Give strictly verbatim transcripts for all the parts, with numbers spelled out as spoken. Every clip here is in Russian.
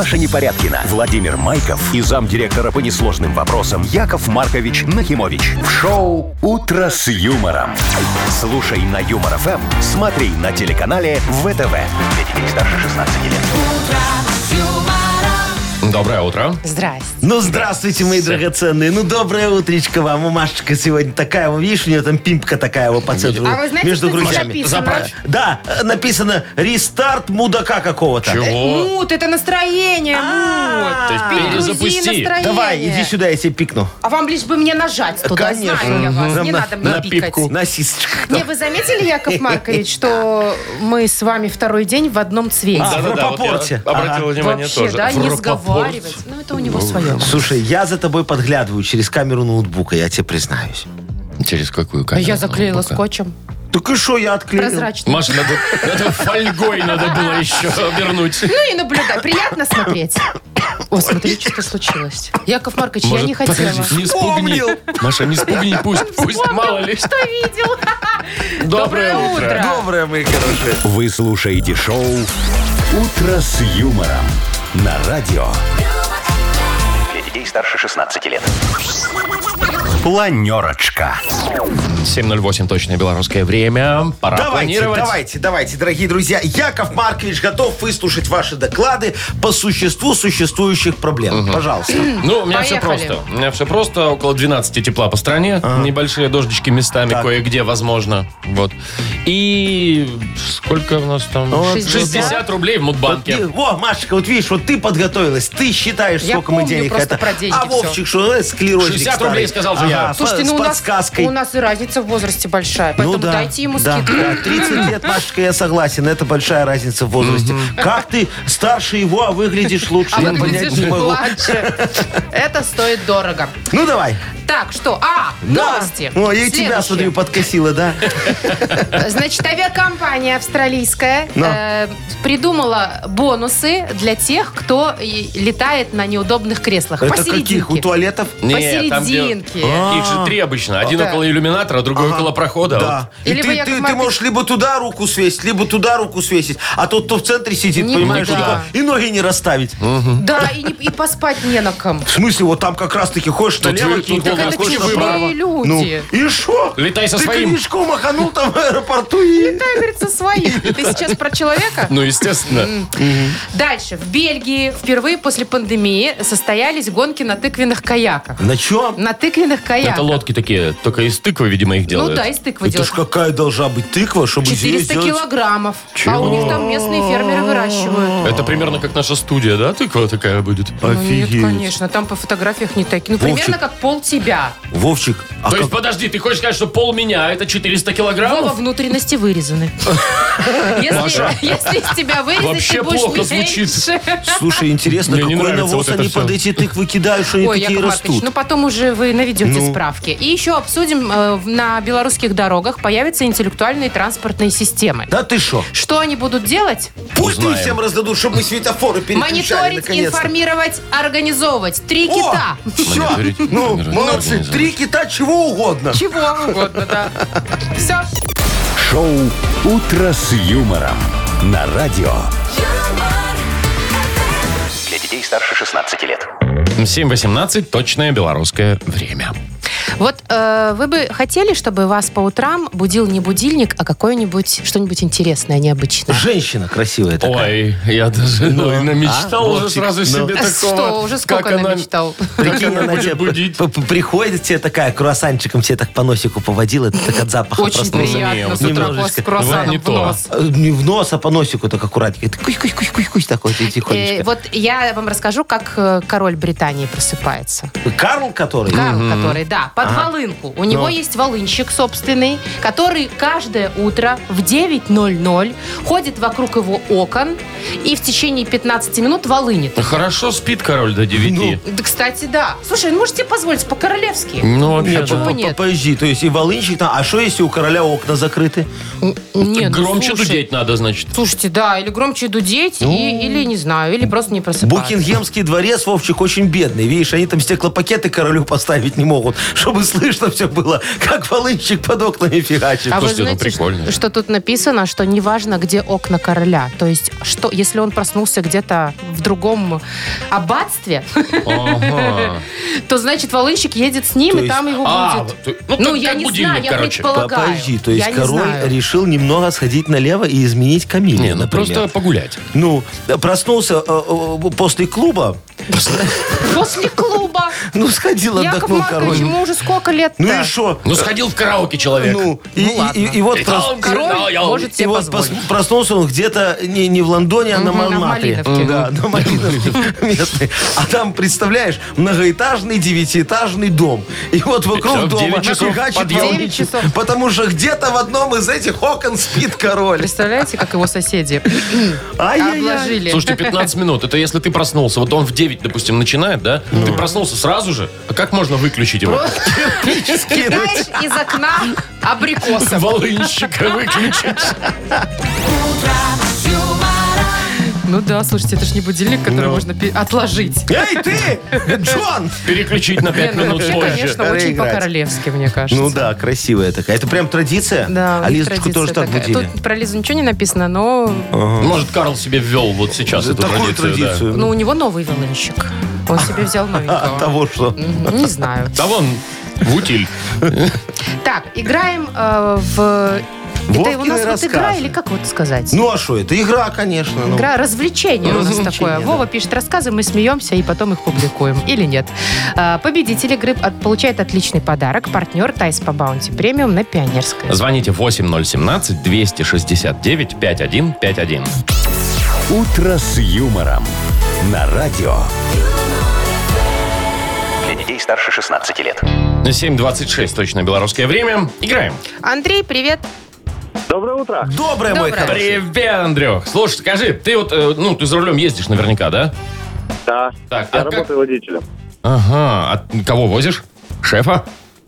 Маша Непорядкина, Владимир Майков и замдиректора по несложным вопросам Яков Маркович Нахимович. В шоу «Утро с юмором». Слушай на Юмор ФМ, смотри на телеканале ВТВ. Для детей старше шестнадцати лет. Доброе утро. Здрасте. Ну, здравствуйте, мои драгоценные. Ну, доброе утречко вам. У Машечка сегодня такая, вот видишь, у нее там пимпка такая вот по центру. А вы знаете, между что здесь грудями. написано? Заправь. Да, написано «Рестарт мудака какого-то». Чего? Мут, это настроение, мут. То есть Перегрузи перезапусти. настроение. Давай, иди сюда, я тебе пикну. А вам лишь бы мне нажать туда, Конечно. знаю я вас. Мгм. Не На- надо мне на пикать. пипку. На сисочках. Не, вы заметили, Яков Маркович, что мы с вами второй день в одном цвете? А, в Да-да-да, вот Рапопорте. я обратил внимание Вообще, тоже. да, В не Рапопорт. сговаривать. Ну, это у него свое. Слушай, я за тобой подглядываю через камеру ноутбука, я тебе признаюсь. Через какую А камеру? я заклеила ноутбука? скотчем. Так и что, я отклеил? Прозрачный. Маша, надо, надо фольгой надо было еще обернуть. Ну и наблюдай. Приятно смотреть. О, смотри, что случилось. Яков Маркович, я Может, не хотела. подожди, не спугни. Вспомнил. Маша, не спугни, пусть, пусть, Вспомнил, мало ли. что видел. Доброе утро. Доброе, мои хорошие. Вы слушаете шоу «Утро с юмором» на радио. Для детей старше шестнадцати лет. Планерочка. семь ноль восемь точное белорусское время. Пора Давайте, планировать. давайте, давайте, дорогие друзья. Яков Маркович готов выслушать ваши доклады по существу существующих проблем. Пожалуйста. Ну, у меня все Поехали. просто. У меня все просто. Около двенадцати тепла по стране. Небольшие дождички местами Так. кое-где возможно. Вот. И сколько у нас там? Вот, шестьдесят рублей в Мудбанке. Вот, во, Машечка, вот видишь, вот ты подготовилась, ты считаешь, Я сколько мы помню денег просто это. про деньги А всё. Вовчик, что э, склерозник шестьдесят старый. рублей, сказал же я. Ага, Слушайте, с ну у нас, подсказкой. у нас и разница в возрасте большая, поэтому Ну да, дайте ему да, скидку. да, тридцать лет, Машечка, я согласен, это большая разница в возрасте. Как ты старше его, а выглядишь лучше, А я понять выглядишь не могу. младше. Это стоит дорого. Ну давай. Так, что? А, новости. О, я и тебя, Следующие. смотрю, подкосила, да? Значит, авиакомпания австралийская Ну. э, придумала бонусы для тех, кто и летает на неудобных креслах. Это Посерединке. каких? У туалетов? Не, там, где- Посерединке. Их же три обычно. Один Да. около иллюминатора, другой около прохода. Да. И Или ты, вы, Яков ты, ты Маркович- можешь либо туда руку свесить, либо туда руку свесить, а тот, кто в центре сидит, Никуда. понимаешь, типа, и ноги не расставить. Да, и, не- и поспать не на ком. В смысле, вот там как раз-таки ходишь Тут налево, вы- кинь, тут Так это ходишь чужие направо. люди. Ну, и что? Летай со ты своим. коньячком маханул там в аэропорту и... Летай, говорит, со своим. Ты сейчас про человека? Ну, естественно. Дальше. В Бельгии впервые после пандемии состоялись гонки на тыквенных каяках. На чем? На тыквенных каяках. Это лодки такие, только из тыквы, видимо, их Ну делают. да, из тыквы Это ж делают. какая должна быть тыква, чтобы здесь четыреста сделать... килограммов. А у них там местные фермеры выращивают. Это примерно как наша студия, да? Тыква такая будет. Ну, нет, Офигеть. конечно, там по фотографиях не такие. Ну, примерно Вовчик. как пол тебя. Вовчик, а То есть, как- подожди, ты хочешь сказать, что пол меня это четыреста Вова, килограммов? внутренности вырезаны. Если Маша, если из тебя вырезать, вообще ты будешь плохо звучит. меньше. Слушай, интересно, Мне не какой нравится навоз вот это они всё. под эти тыквы кидают, что они Ой, такие Яков Маркович, растут? ну потом уже вы наведете Ну. справки. И еще обсудим, э, в- на белорусских дорогах появятся интеллектуальные транспортные системы. Да ты что? Что они будут делать? Пусть Узнаем. их всем раздадут, чтобы мы светофоры переключали Мониторить, наконец-то. информировать, организовать. Три кита. Все, Мониторить, ну, информировать, молодцы, организовать. три кита чего угодно. Чего угодно, да. Все. Шоу «Утро с юмором» на радио. Для детей старше шестнадцати лет. семь восемнадцать, точное белорусское время. Вот э, вы бы хотели, чтобы вас по утрам будил не будильник, а какое-нибудь что-нибудь интересное, необычное? Женщина красивая такая. Ой, я даже Ну, ой, намечтал а, уже Вовчик, сразу ну. себе А такого. что, уже сколько как она- намечтал? Прикинь, она она будет тебе будить? п- п- приходит тебе такая, круассанчиком тебе так по носику поводила, ты так от запаха Очень проснулся. приятно с вот утра немножечко. с круассаном Не в то. нос. Э, Не в нос, а по носику так аккуратненько. Ты кусь-кусь-кусь-кусь такой, ты Э, тихонечко. вот я вам расскажу, как э, король Британии просыпается. Карл который? Карл, который, да, под волынку. У него Ну. есть волынщик собственный, который каждое утро в девять ноль ноль ходит вокруг его окон и в течение пятнадцати минут волынит. Хорошо спит король до девяти. Да, кстати, да. Слушай, ну можете себе позволить по-королевски? Ну, вообще, Нет, да. Почему по- нет? по- подожди, то есть и волынщик там, а что если у короля окна закрыты? Не, ну, Громче слушай. дудеть надо, значит. Слушайте, да, или громче дудеть, и- или, не знаю, или просто не просыпаться. Букингемский дворец, Вовчик, очень бедный. Видишь, они там стеклопакеты королю поставить не могут, чтобы слышно все было, как волынщик под окнами фигачит. А вы Слушайте, ну, знаете, прикольно. что, что тут написано, что неважно, где окна короля. То есть, что, если он проснулся где-то в в другом аббатстве, Ага. то, значит, волынщик едет с ним, То и есть- там его А, будет. вот, ну, Ну, как- я как не будильник, знаю, я короче. предполагаю. Подожди, то есть Я не король знаю. решил немного сходить налево и изменить камин, Не, ну например. просто погулять. Ну, проснулся э, э, после клуба, После клуба. ну, сходил, Яков отдохнул Маркович, король. ему уже сколько лет? Ну и что? Ну, сходил в караоке человек. Ну, и, Ну, и- ладно. и- и вот И прос- там Король я- может И себе вот позволить. пос- проснулся он где-то не, не в Лондоне, а на Мгм, на Монмартре. Малиновке. Да, на Малиновке местной. А там, представляешь, многоэтажный девятиэтажный дом. И вот Всё, вокруг в дома девять часов фигачит подъем. волничек. девять часов. Потому что где-то в одном из этих окон спит король. Представляете, как его соседи Ай-яй-яй. обложили? Слушайте, пятнадцать минут. Это если ты проснулся. Вот он в девять, допустим, начинает, да? Ты проснулся сразу же. А как можно выключить его? Кидаешь из окна абрикосом. Волынщика выключить. Ну да, слушайте, это ж не будильник, который Ну. можно пе- отложить. Эй, ты, Джон! Переключить на пять Не, ну, минут вообще, позже. конечно, Пора очень играть. по-королевски, мне кажется. Ну да, красивая такая. Это прям традиция? Да, А у них Лизочку традиция тоже так такая. будили? Тут про Лизу ничего не написано, но Может, Карл себе ввел вот сейчас эту Такую традицию. да. традицию. ну, у него новый волынщик. Он себе взял От новенького. того, что... М, Не знаю. Да вон, в утиль. Так, играем э, в... Это у Вовкины нас вот игра рассказы. или как вот сказать? Ну а что, это игра, конечно. ну. Игра развлечение у нас Развлечение, такое. да. Вова пишет рассказы, мы смеемся и потом их публикуем. Или нет. А, Победитель игры от- получает отличный подарок. Партнер Тайс по Баунти Премиум на Пионерской. Звоните восемь ноль семнадцать двести шестьдесят девять пятьдесят один пятьдесят один. «Утро с юмором» на радио. Для детей старше шестнадцати лет. семь двадцать шесть точно белорусское время. Играем. Андрей, привет. Доброе утро. Доброе, мой Доброе. хороший. Привет, Андрюх. Слушай, скажи, ты вот, э, ну, ты за рулем ездишь наверняка, да? Да, Так, я а как- работаю водителем. Ага. А кого возишь? Шефа?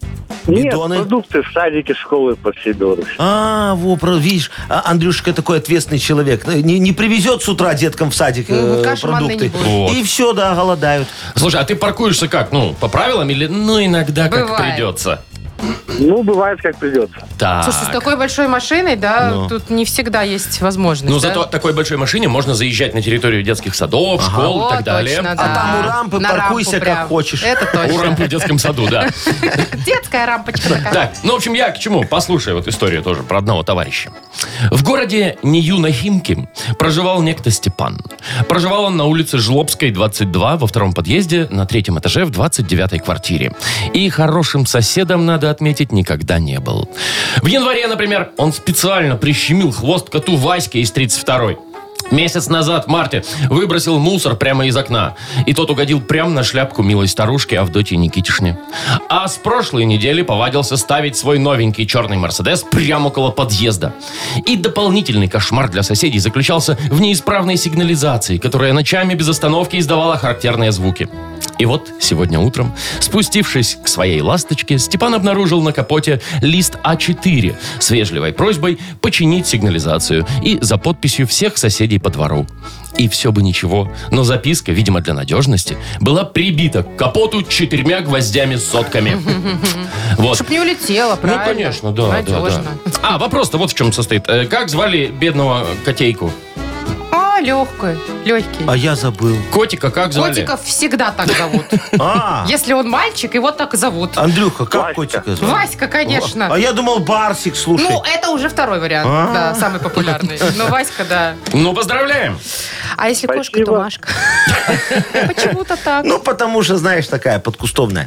Бидоны? Нет, продукты в садике, школы по всей Беларуси. А, во, про- видишь, а Андрюшка такой ответственный человек. Не, не привезет с утра деткам в садик э, Мгм, каши манной не продукты. будет. Вот. И все, да, голодают. Слушай, а ты паркуешься как? Ну, по правилам или, ну, иногда как Бывает. придется? Ну, бывает, как придется. Так. Слушай, с такой большой машиной, да, Ну. тут не всегда есть возможность. Ну, да? зато такой большой машине можно заезжать на территорию детских садов, школ О, и так далее. точно, А да. там у рампы На паркуйся рампу как прям. хочешь. Это У точно. рампы в детском саду, да. Детская рампочка такая. Так, ну, в общем, я к чему? Послушай вот историю тоже про одного товарища. В городе Ниюна-Химки проживал некто Степан. Проживал он на улице Жлобской, двадцать два, во втором подъезде, на третьем этаже, в двадцать девятой квартире. И хорошим соседом, надо отметить, никогда не был. В январе, например, он специально прищемил хвост коту Ваське из тридцать второй. Месяц назад, в марте, выбросил мусор прямо из окна. И тот угодил прямо на шляпку милой старушки Авдотьи Никитишне. А с прошлой недели повадился ставить свой новенький черный Мерседес прямо около подъезда. И дополнительный кошмар для соседей заключался в неисправной сигнализации, которая ночами без остановки издавала характерные звуки. И вот сегодня утром, спустившись к своей ласточке, Степан обнаружил на капоте лист а четыре с вежливой просьбой починить сигнализацию и за подписью всех соседей по двору. И все бы ничего, но записка, видимо, для надежности, была прибита к капоту четырьмя гвоздями с сотками. Вот. Чтоб не улетела, Ну, правильно? конечно, да, да, Надежно. да. А, вопрос-то вот в чем состоит. Э, Как звали бедного котейку? А, легкий, легкий. А я забыл. Котика как звали? Котиков всегда так зовут. А, Если он мальчик, его так зовут. Андрюха, как Васька. котика зовут? Васька, конечно. А я думал Барсик, слушай. Ну, это уже второй вариант, А. да, самый популярный. Но Васька, да. Ну, поздравляем. А если кошка, то Спасибо. Машка. Почему-то так. Ну, потому что, знаешь, такая подкустовная.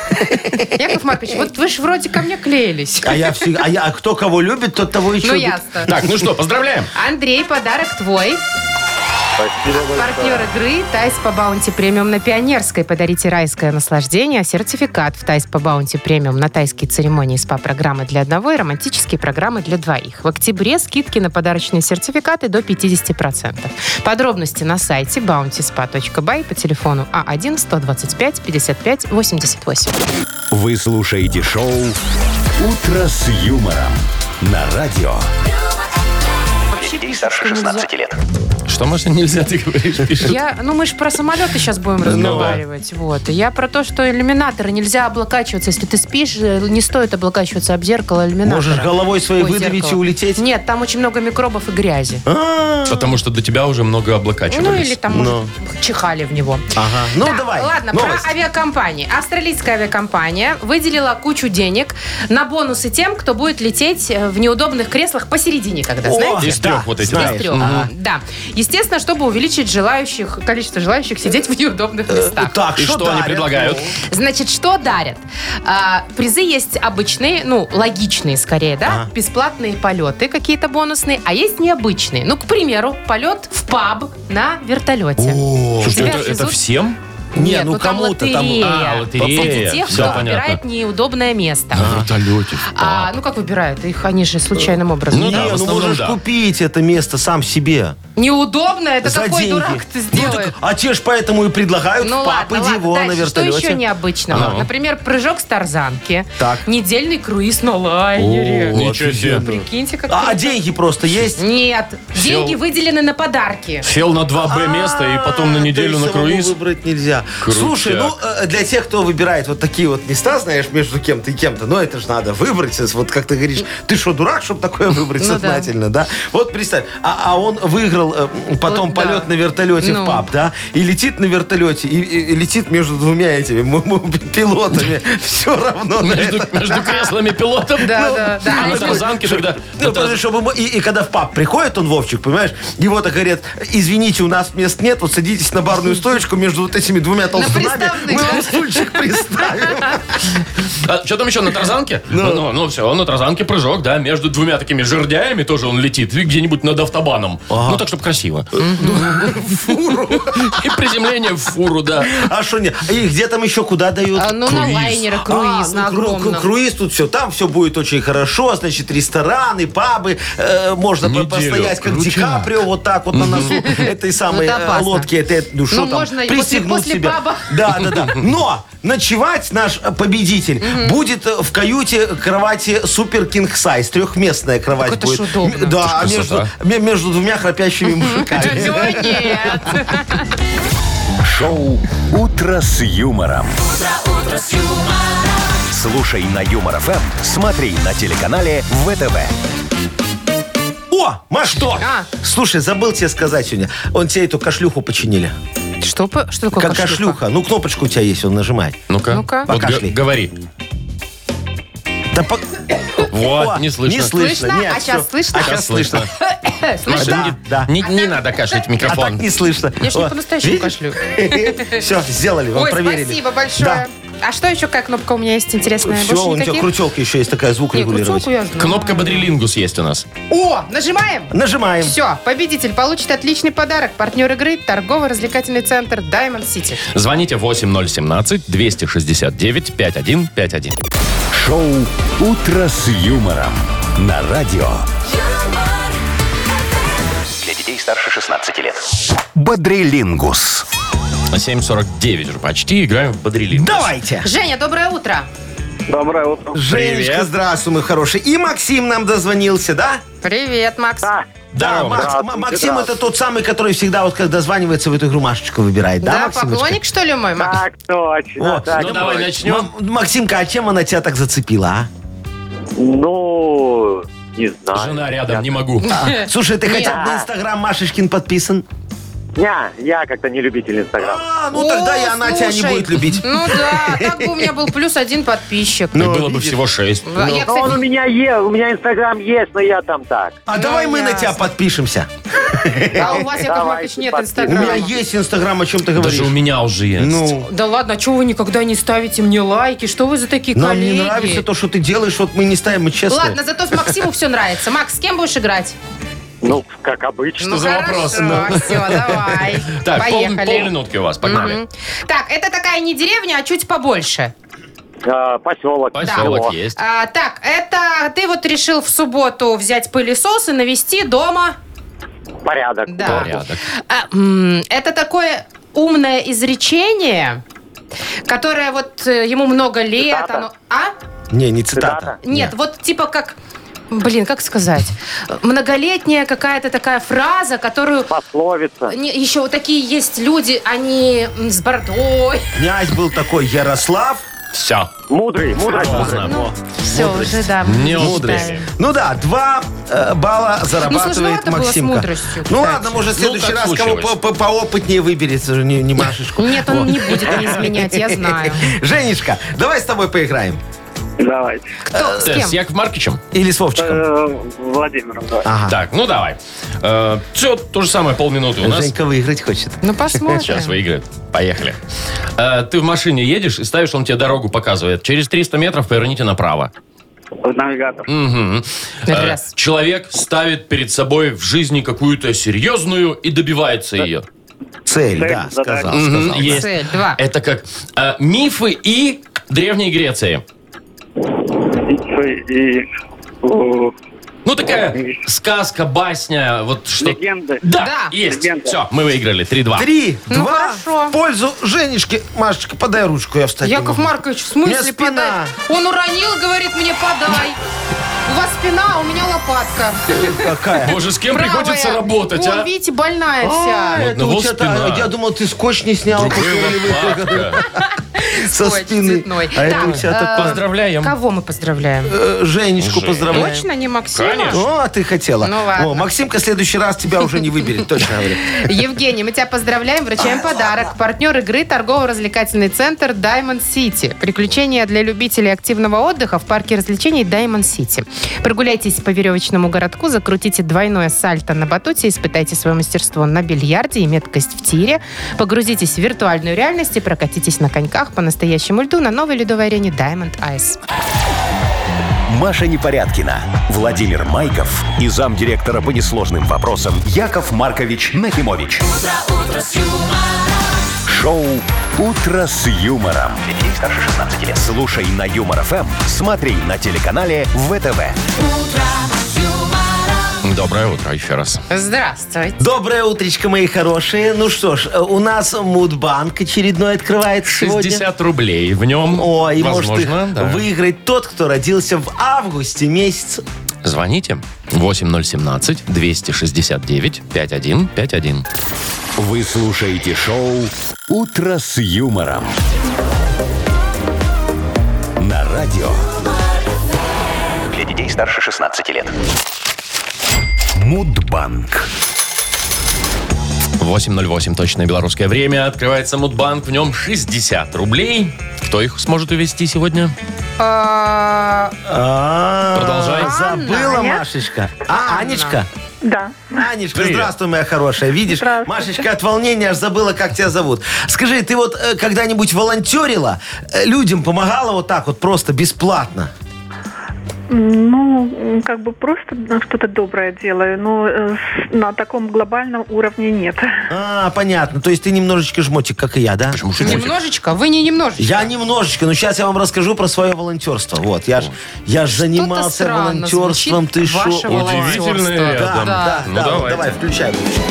Яков Маркович, вот вы же вроде ко мне клеились. А я всегда, а я, а кто кого любит, тот того и Ну, любит. ясно. Так, ну что, поздравляем. Андрей, подарок твой. Спасибо большое. Партнер игры Тайс по Баунти Премиум на Пионерской. Подарите райское наслаждение, сертификат в Тайс по Баунти Премиум на тайские церемонии СПА-программы для одного и романтические программы для двоих. В октябре скидки на подарочные сертификаты до пятьдесят процентов. Подробности на сайте баунти спа точка бай по телефону А один сто двадцать пять пятьдесят пять восемьдесят восемь. Вы слушаете шоу «Утро с юмором» на радио. Для детей старше шестнадцати лет. Что, Маша, нельзя, ты говоришь, пишет? Я, ну, мы же про самолеты сейчас будем разговаривать. Вот. И я про то, что иллюминаторы нельзя облокачиваться. Если ты спишь, не стоит облокачиваться об зеркало иллюминатора. Можешь головой своей Ой, выдавить зеркало. и улететь? Нет, там очень много микробов и грязи. А, Потому что до тебя уже много облокачивались. Ну, или там, Ну. может, чихали в него. Ага. Ну, Так, давай. Ладно, новость. про авиакомпании. Австралийская авиакомпания выделила кучу денег на бонусы тем, кто будет лететь в неудобных креслах посередине, когда, О, знаете? Из трех вот этих. знаешь. Из трех. Мгм. Да. Естественно, чтобы увеличить желающих, количество желающих сидеть в неудобных местах. Так, И что они дарят? предлагают? Значит, что дарят? А, призы есть обычные, ну, логичные скорее, да? Ага. Бесплатные полеты какие-то бонусные, а есть необычные. Ну, к примеру, полет в паб на вертолете. О, Слушайте, Тебя это, это везут? всем? Не, Нет, ну, там кому-то там- лотерея. А, лотерея. Среди тех, Всё кто понятно. выбирает неудобное место. На вертолете. А, ну как выбирают? Их они же случайным образом. Ну Не, да, в ну основном можешь да. купить это место сам себе. Неудобно? Это За какой деньги. дурак ты Ну, сделает? так, а те ж поэтому и предлагают Ну в пап, ладно, иди ладно. вон на Дальше, что вертолете. еще необычного? Ну. Например, прыжок с тарзанки. Так. Недельный круиз на лайнере. О, Ничего себе. офигенно. Прикиньте, как А, а круто. деньги просто есть? Нет, Сел. деньги выделены на подарки. Сел на два бэ место и потом на А, неделю то на есть самому круиз. выбрать нельзя. Крутяк. Слушай, ну, э, для тех, кто выбирает вот такие вот места, знаешь, между кем-то и кем-то, ну, это же надо выбрать. Вот как ты говоришь, ты что, дурак, чтобы такое выбрать Ну да. сознательно, да? Вот представь, а, а он выиграл э, потом Вот да. полет на вертолете Ну. в паб, да? И летит на вертолете, и, и- и летит между двумя этими м- м- пилотами. Все равно на Между, это. между креслами пилотов. Да, да, да. А на Если- тарзанке тогда... Ну, на потому тарз- что чтобы ему- и, и когда в паб приходит он, Вовчик, понимаешь, его так говорят, извините, у нас мест нет, вот садитесь на барную стоечку между вот этими двумя толстунами, приставных, мы да? вам стульчик приставим. А что там еще на тарзанке? Ну, ну, ну, все, на тарзанке прыжок, да, между двумя такими жердяями тоже он летит, и где-нибудь над автобаном. Ну, так, чтобы красиво. И приземление в фуру, да. А что не? И где там еще куда дают? А, ну, на Круиз. лайнере круиз, А, на ну, кру- кру- огромном. круиз тут все, там все будет очень хорошо, значит, рестораны, пабы, э, можно по- Неделю. постоять, как Крутяк. Ди Каприо, вот так вот на носу этой самой это э, опасно. лодки, это, ну что Ну, там, можно и пристегнуть после- после себя. паба. Да, да, да. Но ночевать наш э, победитель будет э, в каюте кровати Супер Кинг Сайз, трехместная кровать Так это будет. ж удобно. М, Да, а Это ж между, красота. ме- между двумя храпящими мужиками. Тетя, нет. Шоу «Утро с юмором». Слушай на Юмор ФМ, смотри на телеканале ВТВ. О, Маш, что? А. Слушай, забыл тебе сказать сегодня. Он тебе эту кашлюху починили. Что, по- что такое Как кашлюха. Ну, кнопочку у тебя есть, он нажимает. Ну-ка. Ну-ка. Вот г- Покашляй. говори. Да по- Вот, О, не слышно. Не слышно. Слышно? Нет, А сейчас всё. слышно? А сейчас слышно. Маша, Да, не, да. не- не надо кашлять в А микрофон. так не слышно. Я ж не по-настоящему кашлю. Все, сделали, вам Ой, проверили. спасибо большое. Да. А что еще, какая кнопка у меня есть интересная? Все, Больше у тебя никаких? крутелка еще есть такая, звук Не, регулировать. крутелку я знаю. Кнопка Бодрилингус есть у нас. О, нажимаем? Нажимаем. Все, победитель получит отличный подарок. Партнер игры – торгово-развлекательный центр Diamond City. Звоните восемь ноль семнадцать двести шестьдесят девять пятьдесят один пятьдесят один. Шоу «Утро с юмором» на радио. Для детей старше шестнадцати лет. Бодрилингус. семь сорок девять уже почти. Играем в Бодрилингус. Давайте. Женя, доброе утро. Доброе утро. Женечка, Привет. здравствуй, мой хороший. И Максим нам дозвонился, да? Привет, Макс. Да, Да, Здорово, Макс- здравствуйте, М- Максим здравствуйте. это тот самый, который всегда вот когда дозванивается, в эту игру Машечку выбирает. Да, Да, Максимочка? поклонник, что ли, мой, Макс? так точно. О, так Ну, давай точно. начнем. М- Максимка, а чем она тебя так зацепила, а? Ну, не знаю. Жена рядом, не могу. А, Слушай, ты Нет. хотя бы на Инстаграм Машечкин подписан? Я, я как-то не любитель Инстаграма. А, ну тогда и О, она тебя не слушай. будет любить. Ну да, так бы у меня был плюс один подписчик. Ну, И было бы видишь. всего шесть. А я, Но он у кстати, меня есть, у меня Инстаграм есть, но я там так. А Ну, давай мы на тебя ясно. подпишемся. а у вас, Яков Давайте, Маркович, нет подписывайтесь. У Инстаграма. меня есть Инстаграм, о чем ты говоришь. Даже у меня уже есть. Ну, Да ладно, а чего вы никогда не ставите мне лайки? Что вы за такие нам коллеги? не нравится то, что ты делаешь, вот мы не ставим, мы честные. Ладно, зато с Максиму все нравится. Макс, с кем будешь играть? Ну, как обычно. ну, за хорошо, вопрос? все, давай. Так, пол- Поехали. полминутки у вас, погнали. Мгм. Так, это такая не деревня, а чуть побольше. А, поселок. Поселок Село. есть. А, так, это ты вот решил в субботу взять пылесос и навести дома. Порядок. Да. Порядок. А, м, это такое умное изречение, которое вот э, ему много лет. Цитата? Оно... А? Не, не цитата. Цитата? Нет, вот типа как блин, как сказать, многолетняя какая-то такая фраза, которую... Пословица. Не, еще вот такие есть люди, они м, с бородой. Князь был такой Ярослав. Все. Мудрый, мудрый. Поздно. Ну, все, уже, да. мы Не считаем. успели. Ну да, два э, балла зарабатывает сложновато было с Максимка. мудростью, Ну кстати. ладно, может, в следующий Ну, так раз кого случилось. по- по- поопытнее выберется, же, не, не Машечку. Нет, он не будет не изменять, я знаю. Женечка, давай с тобой поиграем. Давайте. Кто, с Э, кем? С Яков Марковичем? Или с Вовчиком. Э, Владимиром, давай. Ага. Так, ну давай. Все, то же самое, полминуты у нас. Женька выиграть хочет. Ну, посмотрим. Сейчас выиграет. Поехали. Э, Ты в машине едешь и ставишь, он тебе дорогу показывает. Через триста метров поверните направо. В навигатор. Мгм. Э, Раз. Человек ставит перед собой в жизни какую-то серьезную и добивается ее. Цель, Цель, да, задача. сказал. Мгм, сказал. есть. Цель, два. Это как э, мифы и Древней Греции. И, и, о, Ну, такая сказка, басня, вот что... легенды. Да, Да. есть. Легенда. Все, мы выиграли. три-два. Три, Ну, два, хорошо. в пользу Женечки. Машечка, подай ручку, я встать не Яков могу. Маркович, в У меня смысле спина. подай? Он уронил, говорит мне подай. У вас спина, а у меня лопатка. Какая? Боже, с кем Правая. приходится работать, Вон, а? видите, больная А, вся. Вот это одного у тебя та- спина. Я думал, ты скотч не снял Другой после волевых лопатка. со Скотч спины. цветной. А это Так, у тебя э, такое. Поздравляем. Кого мы поздравляем? Э, Женечку Жень. поздравляем. Точно не Максима? Конечно. О, а ты хотела. Ну, ладно. О, Максимка в следующий раз тебя уже не выберет, точно говорю. Евгений, мы тебя поздравляем, вручаем подарок. Партнер игры торгово-развлекательный центр Diamond City. Приключения для любителей активного отдыха в парке развлечений Diamond City. Прогуляйтесь по веревочному городку, закрутите двойное сальто на батуте, испытайте свое мастерство на бильярде и меткость в тире, погрузитесь в виртуальную реальность и прокатитесь на коньках по настоящему льду на новой ледовой арене Diamond Ice. Маша Непорядкина, Владимир Майков и замдиректора по несложным вопросам Яков Маркович Нахимович. Шоу «Утро с юмором». Для детей старше шестнадцати лет. Слушай на Юмор ФМ, смотри на телеканале ВТВ. Доброе утро еще раз. Здравствуйте. Доброе утречко, мои хорошие. Ну что ж, у нас Мудбанк очередной открывается сегодня. шестьдесят рублей в нем. О, и может их Возможно, да. выиграть тот, кто родился в августе месяце. Звоните восемь ноль семнадцать двести шестьдесят девять пятьдесят один пятьдесят один. Вы слушаете шоу «Утро с юмором». На радио. Для детей старше шестнадцати лет. Мудбанк. восемь ноль восемь точное белорусское время. Открывается Мудбанк. В нем шестьдесят рублей. Кто их сможет увезти сегодня? А, А, Продолжай. Забыла, Анна, нет? Машечка. А, Анечка? Да. Анечка, Привет. здравствуй, моя хорошая. Видишь, Здравствуйте. Машечка от волнения аж забыла, как тебя зовут. Скажи, ты вот э, когда-нибудь волонтерила, э, людям помогала вот так вот просто бесплатно? Ну, м, как бы просто ну, что-то доброе делаю, но э, с- на таком глобальном уровне нет. А, понятно. То есть ты немножечко жмотик, как и я, да? Почему шутите? немножечко? Вы не немножечко. Я немножечко, но сейчас я вам расскажу про свое волонтерство. Вот, я ж, я ж занимался странно волонтерством, звучит ты шо? ваше Удивительно волонтерство. рядом. Да, да, Ну, да, вот давайте. давай, включай. Вовчик.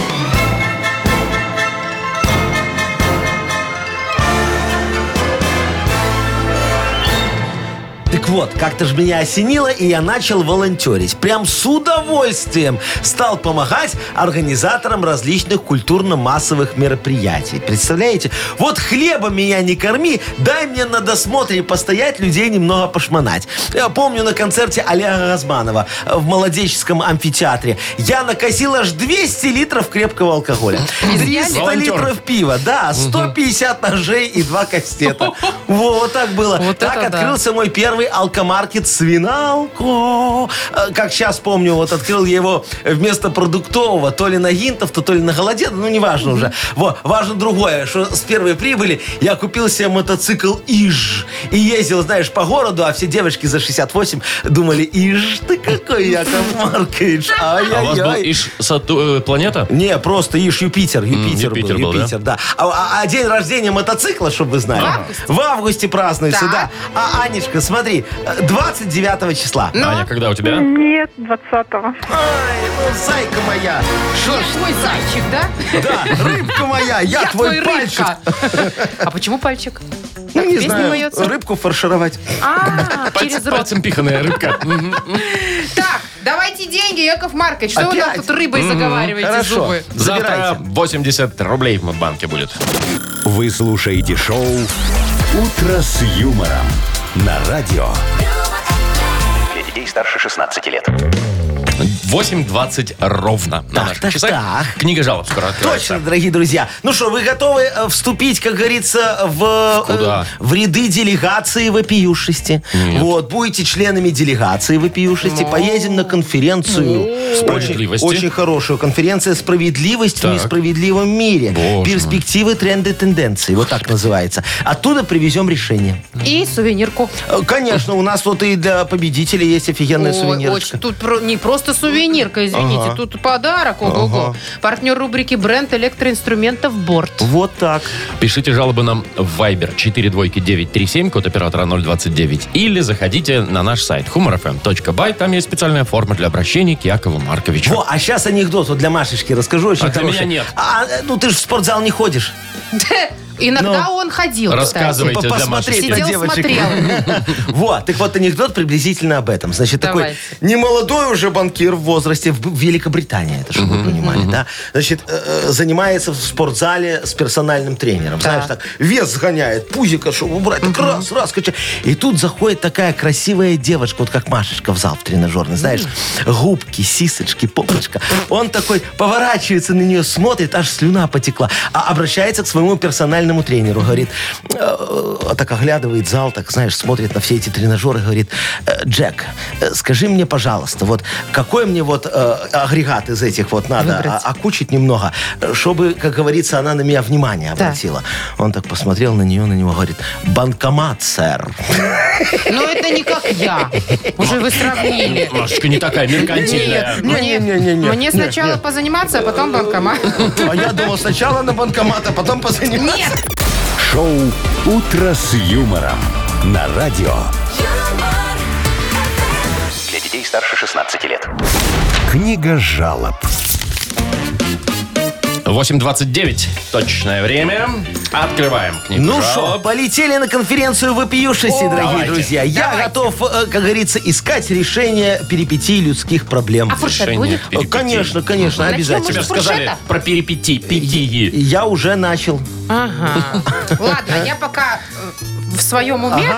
Так вот, как-то же меня осенило, и я начал волонтерить. Прям с удовольствием стал помогать организаторам различных культурно-массовых мероприятий. Представляете? Вот хлебом меня не корми, дай мне на досмотре постоять, людей немного пошмонать. Я помню на концерте Олега Газманова в молодеческом амфитеатре. Я накосил аж двести литров крепкого алкоголя. триста Волонтер. литров пива, да, сто пятьдесят ножей и два кастета. Вот так было. Вот Так это да. открылся мой первый алкомаркет «Свиналко». Э, Как сейчас помню, вот открыл я его вместо продуктового, то ли на Гинтов-то, то ли на Голодеда, ну, неважно уже. Вот, важно другое, что с первой прибыли я купил себе мотоцикл «Иж». И ездил, знаешь, по городу, а все девочки за шестьдесят восемь думали: «Иж, ты какой, Яков Маркович, А у вас был ай-яй-яй». Иш Сату- э, планета? Не, просто Иш Юпитер. Юпитер, Юпитер был, был, да? Юпитер, да. А, а- а день рождения мотоцикла, чтобы вы знали, В августе? в августе празднуется, Так. да. А Анечка, смотри, двадцать девятого числа. Ну, Аня, когда у тебя? Нет, двадцатого. Ай, ну, зайка моя. Шо я ж, твой зайчик, да? да, рыбка моя, я, твой пальчик. рыбка. А почему пальчик? Ну, не Песня знаю, поется? рыбку фаршировать. А, Пальцем, через рот. пальцем пиханая рыбка. Мгм. Так, деньги, Яков Маркович. Что вы Опять? нам тут рыбой заговариваете Хорошо. зубы? Завтра Забирайте. восемьдесят рублей в банке будет. Вы слушаете шоу «Утро с юмором» на радио. Для детей старше шестнадцати лет. восемь двадцать ровно на Так, наших так, часах. так. Книга жалоб скоро открывается. Точно, дорогие друзья. Ну что, вы готовы э, вступить, как говорится, в, Куда? э, в ряды делегации вопиюшести? Вот, будете членами делегации вопиюшести, поедем на конференцию. Справедливости. Очень, очень хорошую. Конференция «Справедливость Так. в несправедливом мире». Боже Перспективы, тренды, тенденции. Вот так называется. Оттуда привезем решение. И сувенирку. Э, Конечно, у нас вот и для победителей есть офигенная Ой, сувенирочка. очень. Тут про- не просто сувенирка, извините, Ага. тут подарок. Ого-го. Партнер рубрики «Бренд электроинструментов Борт». Вот так. Пишите жалобы нам в Viber четыре двойки девять три семь, код оператора ноль двадцать девять. Или заходите на наш сайт humor эф эм точка бай. Там есть специальная форма для обращения к Якову Марковичу. Во, а сейчас анекдот вот для Машечки расскажу. Очень А для хороший. меня нет. А, ну ты же в спортзал не ходишь. Иногда Ну. он ходил, Рассказывайте кстати. для Посмотреть Машечки. на Сидел, девочек. смотрел. Вот, так вот анекдот приблизительно об этом. Значит, Давайте. такой немолодой уже банкир в возрасте в Великобритании, это чтобы вы понимали, да? Значит, э, э, занимается в спортзале с персональным тренером. Знаешь, так, вес сгоняет, пузико, чтобы убрать, так раз, раз, качает. И тут заходит такая красивая девочка, вот как Машечка в зал в тренажерный, знаешь, губки, сисочки, попочка. Он такой поворачивается на нее, смотрит, аж слюна потекла, а обращается к своему персональному тренеру, говорит, э, э, так оглядывает зал, так, знаешь, смотрит на все эти тренажеры, говорит, «Э, Джек, э, скажи мне, пожалуйста, вот какой мне вот э, агрегат из этих вот надо Выбрать. а- окучить немного, э, чтобы, как говорится, она на меня внимание Да. обратила. Он так посмотрел на нее, на него, говорит, банкомат, сэр. Ну, это не как я. Уже вы сравнили. Машечка не такая меркантильная. Нет, мне, Не-не-не-не-не. мне сначала Нет, нет. позаниматься, а потом банкомат. А я думал сначала на банкомат, а потом позаниматься. Нет! Шоу «Утро с юмором» на радио. Для детей старше шестнадцати лет. Книга жалоб. восемь двадцать девять. Точное время. Открываем книгу Ну жалоб. что, полетели на конференцию вопиюшести, О, дорогие давайте. друзья. Я Давайте. готов, э, как говорится, искать решение перипетий людских проблем. А фуршет Решение будет? перипетий. Э, Конечно, конечно, Начнем, обязательно. Тебе может, сказали фуршета? про перипетии. Пятии. Я уже начал. Ага. Ладно, я пока э, в своем уме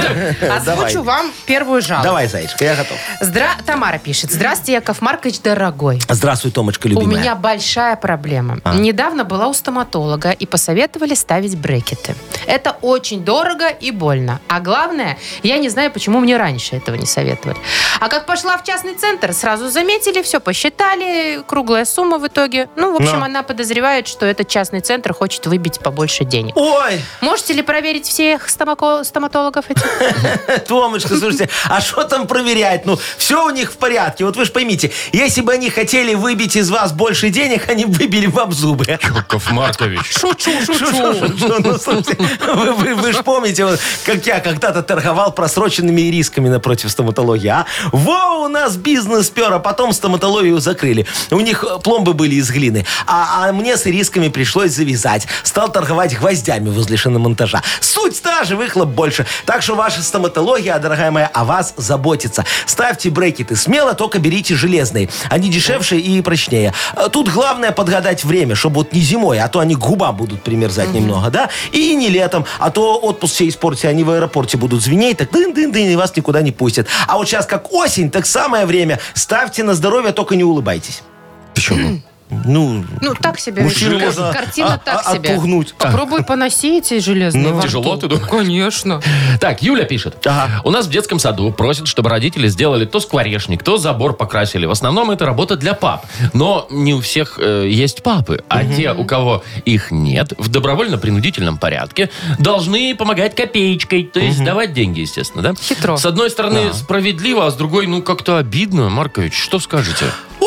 Давай. озвучу вам первую жалобу. Давай, Зайчка, я готов. Здра... Тамара пишет. Здравствуйте, Яков Маркович, дорогой. Здравствуй, Томочка, У любимая. меня большая проблема. А. Недавно была у стоматолога и посоветовали ставить брекеты. Это очень дорого и больно. А главное, я не знаю, почему мне раньше этого не советовали. А как пошла в частный центр, сразу заметили, все посчитали, круглая сумма в итоге. Ну, в общем, Но. она подозревает, что этот частный центр хочет выбить побольше денег. Ой, Можете ли проверить всех стомако- стоматологов этих? Томочка, слушайте, а что там проверять? Ну, все у них в порядке. Вот вы же поймите, если бы они хотели выбить из вас больше денег, они бы выбили вам зубы. Яков Маркович. Шучу, Шо, шо, шо, шо, ну, слушайте, вы, вы, вы же помните, вот, как я когда-то торговал просроченными ирисками напротив стоматологии, а? Во, у нас бизнес пер, а потом стоматологию закрыли. У них э, пломбы были из глины, а, а мне с ирисками пришлось завязать. Стал торговать гвоздями возле шиномонтажа. Суть та же, выхлоп больше. Так что ваша стоматология, дорогая моя, о вас заботится. Ставьте брекеты смело, только берите железные. Они дешевше и прочнее. А Тут главное подгадать время, чтобы вот не зимой, а то они к губам будут примерзать немного, да? И не летом, а то отпуск все испортите, они в аэропорте будут звенеть, так дын-дын-дын, и вас никуда не пустят. А вот сейчас как осень, так самое время. Ставьте на здоровье, только не улыбайтесь. Почему? Ну, Ну, так себе. Мужчину Кар- можно Картина а- так а- себе. отпугнуть. Попробуй поноси эти железные Ну, во рту. тяжело, ты думаешь? Конечно. Так, Юля пишет. Ага. У нас в детском саду просят, чтобы родители сделали то скворечник, то забор покрасили. В основном это работа для пап. Но не у всех э, есть папы. А те, у кого их нет, в добровольно-принудительном порядке, должны помогать копеечкой. То есть давать деньги, естественно, да? Хитро. С одной стороны, справедливо, а с другой, ну, как-то обидно. Маркович, что скажете? Ой,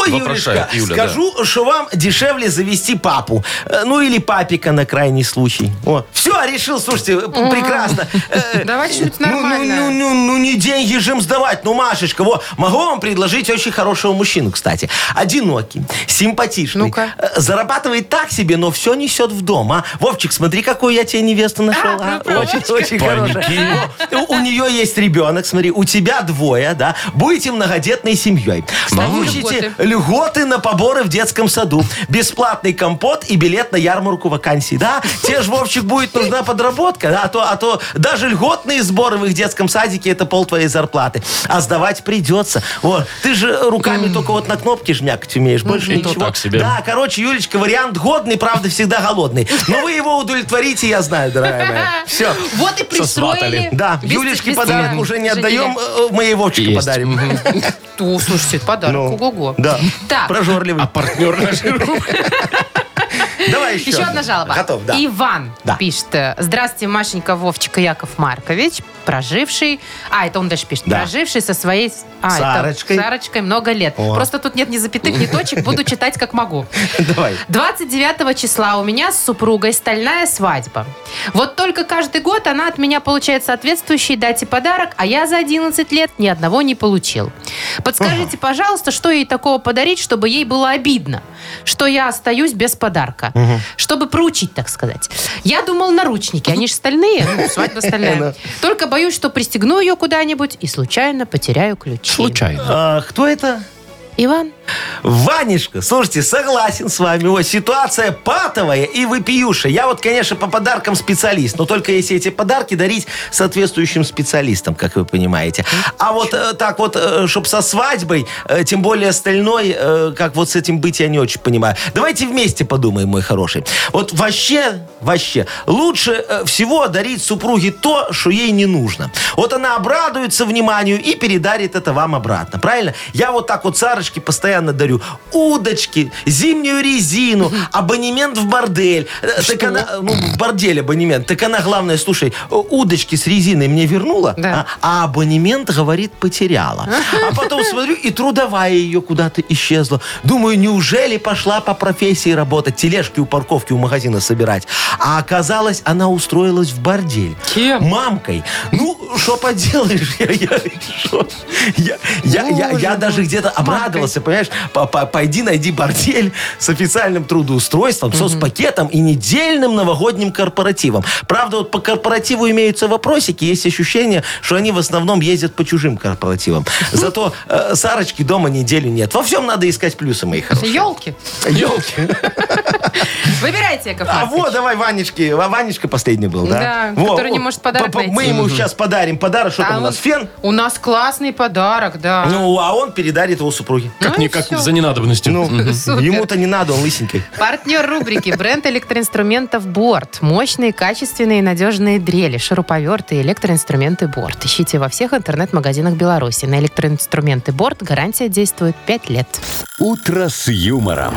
Вопрошает Юлечка, Юля, скажу, что вам дешевле завести папу. Э, Ну, или папика на крайний случай. О, все, решил, слушайте, п- прекрасно. Э, Давай что-нибудь Ну, ну, нормальное. ну, ну, ну, не деньги же им сдавать. Ну, Машечка, во, могу вам предложить очень хорошего мужчину, кстати. Одинокий, симпатичный. Ну-ка. Э, Зарабатывает так себе, но все несет в дом. А? Вовчик, смотри, какую я тебе невесту нашел. А, а. про Очень, Вовчика. очень хорошая. У, у нее есть ребенок, смотри, у тебя двое, да. Будете многодетной семьей. Получите льготы. льготы на поборы в детском саду. Бесплатный компот и билет на ярмарку вакансий. Да? Тебе ж, Вовчик, будет нужна подработка. Да? А, то, а то даже льготные сборы в их детском садике это пол твоей зарплаты. А сдавать придется. Вот. Ты же руками только вот на кнопки жмякать умеешь. Больше И то ничего. так себе. Да, короче, Юлечка, вариант годный, правда, всегда голодный. Но вы его удовлетворите, я знаю, дорогая моя. Все. Вот и пристроили. Сосватали. Да, Без- Юлечке без подарок цены. уже не Женили. отдаем, э, мы ей Вовчику Есть. подарим. Мгм. О, слушайте, это подарок. Ну, Ого-го. Да, Так, прожорливый. А партнер наш Давай еще. еще одна жалоба. Готов, да. Иван Да. пишет. Здравствуйте, Машенька, Вовчик и Яков Маркович, проживший... А, это он дальше пишет. Да. Проживший со своей... А, это Сарочкой. Сарочкой много лет. О. Просто тут нет ни запятых, ни точек. Буду читать, как могу. Давай. двадцать девятого числа у меня с супругой стальная свадьба. Вот только каждый год она от меня получает соответствующий дате подарок, а я за одиннадцать лет ни одного не получил. Подскажите, пожалуйста, что ей такого подарить, чтобы ей было обидно, что я остаюсь без подарка. Чтобы проучить, так сказать. Я думал, наручники, они же стальные, ну, свадьба стальная. Только боюсь, что пристегну ее куда-нибудь и случайно потеряю ключи. случайно. А, кто это? Иван? Ванечка, слушайте, согласен с вами. Вот ситуация патовая и вопиющая. Я вот, конечно, по подаркам специалист, но только если эти подарки дарить соответствующим специалистам, как вы понимаете. А вот э, так вот, чтобы со свадьбой, э, тем более остальной, э, как вот с этим быть, я не очень понимаю. Давайте вместе подумаем, мой хороший. Вот вообще, вообще, лучше э, всего дарить супруге то, что ей не нужно. Вот она обрадуется вниманию и передарит это вам обратно. Правильно? Я вот так вот Сарочке постоянно дарю удочки, зимнюю резину, абонемент в бордель. Э, Так она, ну, в бордель абонемент. Так она, главное, слушай, удочки с резиной мне вернула, Да. а, а абонемент, говорит, потеряла. А потом смотрю, и трудовая ее куда-то исчезла. Думаю, неужели пошла по профессии работать, тележки у парковки у магазина собирать? А оказалось, она устроилась в бордель. Кем? Мамкой. Ну, что поделаешь? Я, я, шо? я, я, я, я даже где-то обрадовался, понимаешь? П- п- Пойди найди бордель с официальным трудоустройством, соцпакетом и недельным новогодним корпоративом. Правда, вот по корпоративу имеются вопросики, есть ощущение, что они в основном ездят по чужим корпоративам. Зато э, Сарочки дома неделю нет. Во всем надо искать плюсы, мои хорошие. Елки. Елки. Выбирайте, Яков А Маркович. вот, давай, Ванечки. А Ванечка последний был, да? Да, Во, который не о, может подарок п- п- Мы найти. ему сейчас подарим подарок. Что А там у нас? он- Фен? У нас классный подарок, да. Ну, а он передарит его супруге. Ну и Как-никак всё. за ненадобностью. Ну, Супер. ему-то не надо, он лысенький. Партнер рубрики «Бренд электроинструментов Борт». Мощные, качественные и надежные дрели, шуруповерты и электроинструменты Борт. Ищите во всех интернет-магазинах Беларуси. На электроинструменты Борт гарантия действует пять лет. «Утро с юмором».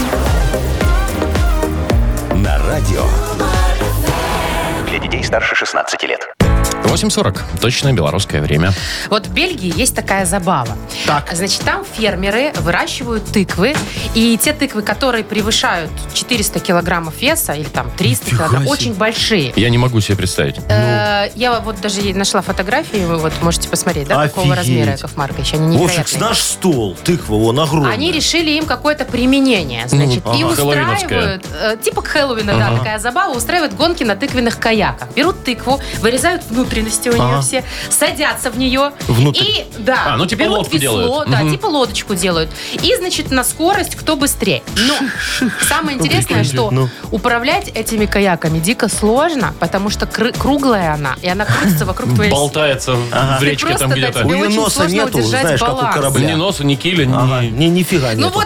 На радио. Для детей старше шестнадцати лет. восемь сорок. Точное белорусское время. Вот в Бельгии есть такая забава. Так. Значит, там фермеры выращивают тыквы, и те тыквы, которые превышают четыреста килограммов веса, или там триста килограмм, себе. очень большие. Я не могу себе представить. Э, Я вот даже нашла фотографии, вы вот можете посмотреть, да, какого Офигеть. размера, Яков Маркович. Они Вовчик, невероятные. наш стол, тыква, он огромный. Они решили им какое-то применение, значит, и ага. Хэллоуиновское. устраивают, э, типа Хэллоуина, да, такая забава, устраивают гонки на тыквенных каяках. Берут тыкву, вырезают внутренности у нее Ага. все, садятся в нее. Внутрь. И, да, А, ну, типа берут лодку весло, делают. да, Мгм. типа лодочку делают. И, значит, на скорость кто быстрее. Но самое интересное, что Ну. управлять этими каяками дико сложно, потому что кры- круглая она, и она крутится вокруг твоей... Болтается в Ты речке просто там до где-то. тебя У ее очень носа сложно нету, удержать знаешь, как у баланс. корабля. Ни носа, ни киля, ни... Ага, ни, нифига Ну нету. вот в этом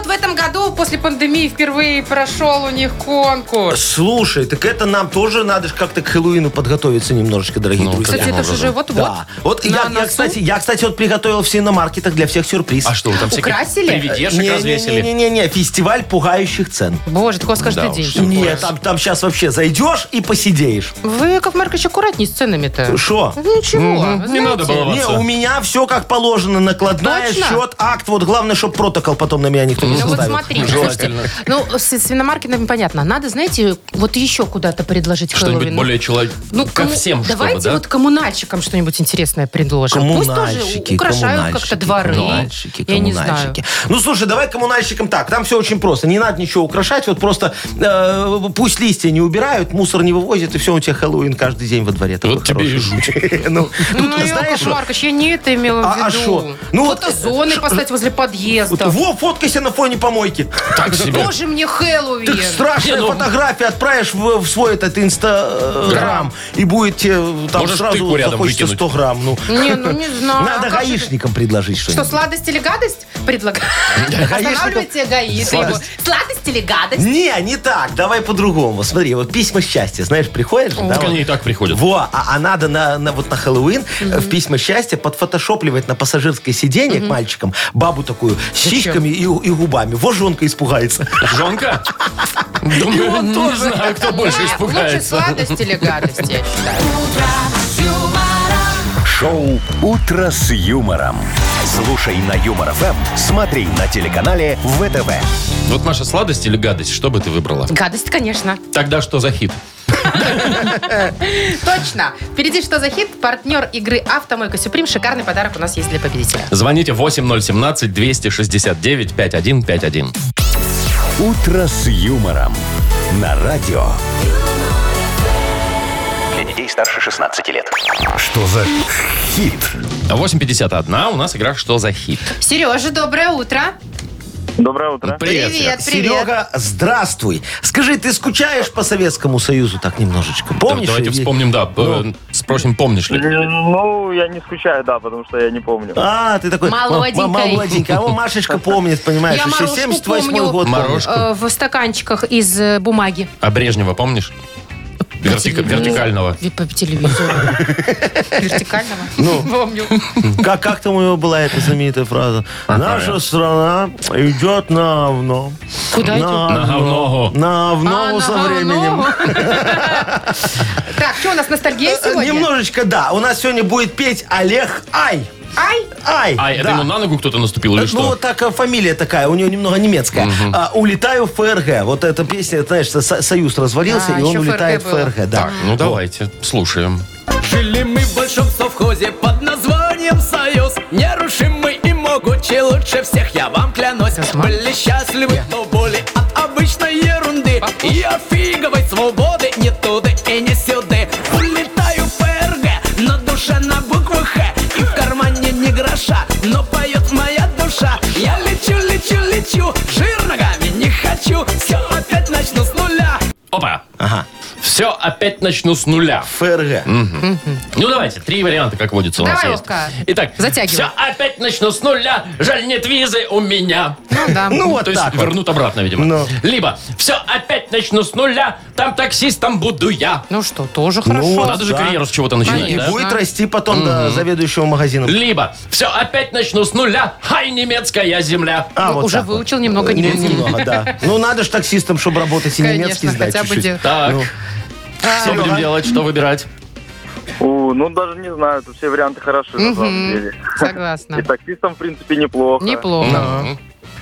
году после пандемии впервые прошел у них конкурс. Слушай, так это нам тоже надо же как-то к Хэллоуину подготовиться немножечко, дорогие Ну, друзья. Кстати, это же образом? уже вот-вот. Да. Вот На я, я, носу. кстати, я, кстати, вот приготовил в свиномаркетах для всех сюрприз. А что, вы там всяких Украсили? привидешек развесили? Не-не-не, фестиваль пугающих цен. Боже, такое каждый Да день. уж. такое. Нет, там, там сейчас вообще зайдешь и посидеешь. Вы, Яков Маркович, аккуратней с ценами-то. Шо? Ничего. вы Не знаете. надо баловаться. Не, у меня все как положено. Накладная, Точно? счет, акт. Вот главное, чтобы протокол потом на меня никто не Ну вот составил. смотрите, Желательно. слушайте, ну с свиномаркетами понятно. Надо, знаете, вот еще куда-то предложить Что-нибудь Хэллоуин. более человек... Ну, ко кому- всем, давайте чтобы, да? вот коммунальщикам что-нибудь интересное предложим. Пусть тоже Коммунальщики, украшают как-то коммунальщики, дворы. коммунальщики, Я не знаю. коммунальщики. Ну, слушай, давай коммунальщикам так. Там все очень просто. Не надо ничего украшать. Вот просто э, пусть листья не убирают, мусор не вывозят, и все, у тебя Хэллоуин каждый день во дворе. Такой Вот тебе и хороший. Ну, Ну, тут, знаешь, Яков что? Маркович, я не это имела в А- а виду. шо? Ну, вот, Фотозоны ш- поставить возле подъезда. Во, фоткайся на фоне помойки. Так себе. Тоже мне Хэллоуин. Так страшная Не, ну- фотография отправишь в, в свой этот инстаграм, и будет тебе там Можешь сразу тыкву рядом захочется выкинуть. сто грамм. Ну, Не, ну не знаю. надо А как же- гаишникам предложить Что, что-нибудь. сладость или гадость? Предлагаю. Останавливайте ГАИ. Сладость. Сладость или гадость? Не, не так. Давай по-другому. Смотри, вот письма счастья, знаешь, приходишь, да, Так вот. они и так приходят. Во, а, а надо на, на- вот на Хэллоуин э, в письма счастья подфотошопливать на пассажирское сиденье к мальчикам бабу такую с сиськами и, и губами. Вот жонка испугается. Жонка? Думаю, не знаю, кто больше Не, Лучше испугается. сладость или гадость, я считаю. Шоу «Утро с юмором». Слушай на Юмор ФМ, смотри на телеканале ВТВ. Вот, Маша, сладость или гадость? Что бы ты выбрала? Гадость, конечно. Тогда что за хит? Точно. Впереди что за хит? Партнер игры «Автомойка Сюприм». Шикарный подарок у нас есть для победителя. Звоните восемь ноль семнадцать двести шестьдесят девять пятьдесят один пятьдесят один. «Утро с юмором» на радио. Для детей старше шестнадцати лет. Что за хит? восемь пятьдесят один. У нас игра «Что за хит?». Сережа, доброе утро. Доброе утро. Привет, Привет, Серег. привет. Серега, здравствуй. Скажи, ты скучаешь по Советскому Союзу так немножечко? Помнишь? Давайте Или- вспомним, да. Ну. э, Спросим, помнишь ли? Ну, я не скучаю, да, потому что я не помню. А, ты такой Молоденькой. м- м- молоденький. А вот Машечка помнит, понимаешь, Я еще Марошку семьдесят восьмой помню. год. Морошку. Э, В стаканчиках из э, бумаги. А Брежнева помнишь? Вертика- телевизору. Вертикального. Ви- По телевизору. Вертикального? Ну. Помню. Как, как там у него была эта знаменитая фраза? Наша страна идет на говно. Куда идет? На говно. На говно А, со на временем. говно. Так, что у нас ностальгия сегодня? Немножечко, да. У нас сегодня будет петь Олег Ай. Ай, Ай. А, это да. ему на ногу кто-то наступил или Ну, что? вот так а, фамилия такая, у него немного немецкая. А, улетаю в ФРГ. Вот эта песня, знаешь, со- Союз развалился, А, и он еще улетает в ФРГ было. ФРГ. Да. Так, ну давайте, слушаем. Жили мы в большом совхозе под названием «Союз». Нерушимый и могучий, лучше всех, я вам клянусь. Были счастливы, но боли от обычной ерунды. Я фиговой свободы ни туды и ни сюды. Улетаю в ФРГ, на душе на букву Х. И в кармане ни гроша, но поет моя душа. Я лечу, лечу, лечу, жир ногами не хочу. Все опять начну с нуля. Опа! Ага. Все, опять начну с нуля. ФРГ. Ну, давайте, три варианта, как водится, у нас Давай, есть. Вовка. Итак, Затягивай. все, опять начну с нуля. Жаль, нет визы у меня. ну да. Ну, вот То есть так вот. вернут обратно, видимо. Ну. Либо все, опять начну с нуля. Там таксистом буду я. Ну что, тоже хорошо. Ну, Надо же да. карьеру с чего-то начинать, И Конечно. да? будет расти потом до заведующего магазином. Либо все, опять начну с нуля. Хай, немецкая земля. А, Ну, вот уже так вот. выучил немного Не- немецкий. Немного, да. Ну, надо же таксистам, чтобы работать и немецкий Конечно, сдать хотя бы чуть-чуть. де- Так, Ну. что будем Серега. делать, что выбирать? У, ну, даже не знаю, тут все варианты хороши, на самом деле. Согласна. И таксистам, в принципе, неплохо. Неплохо. Ну,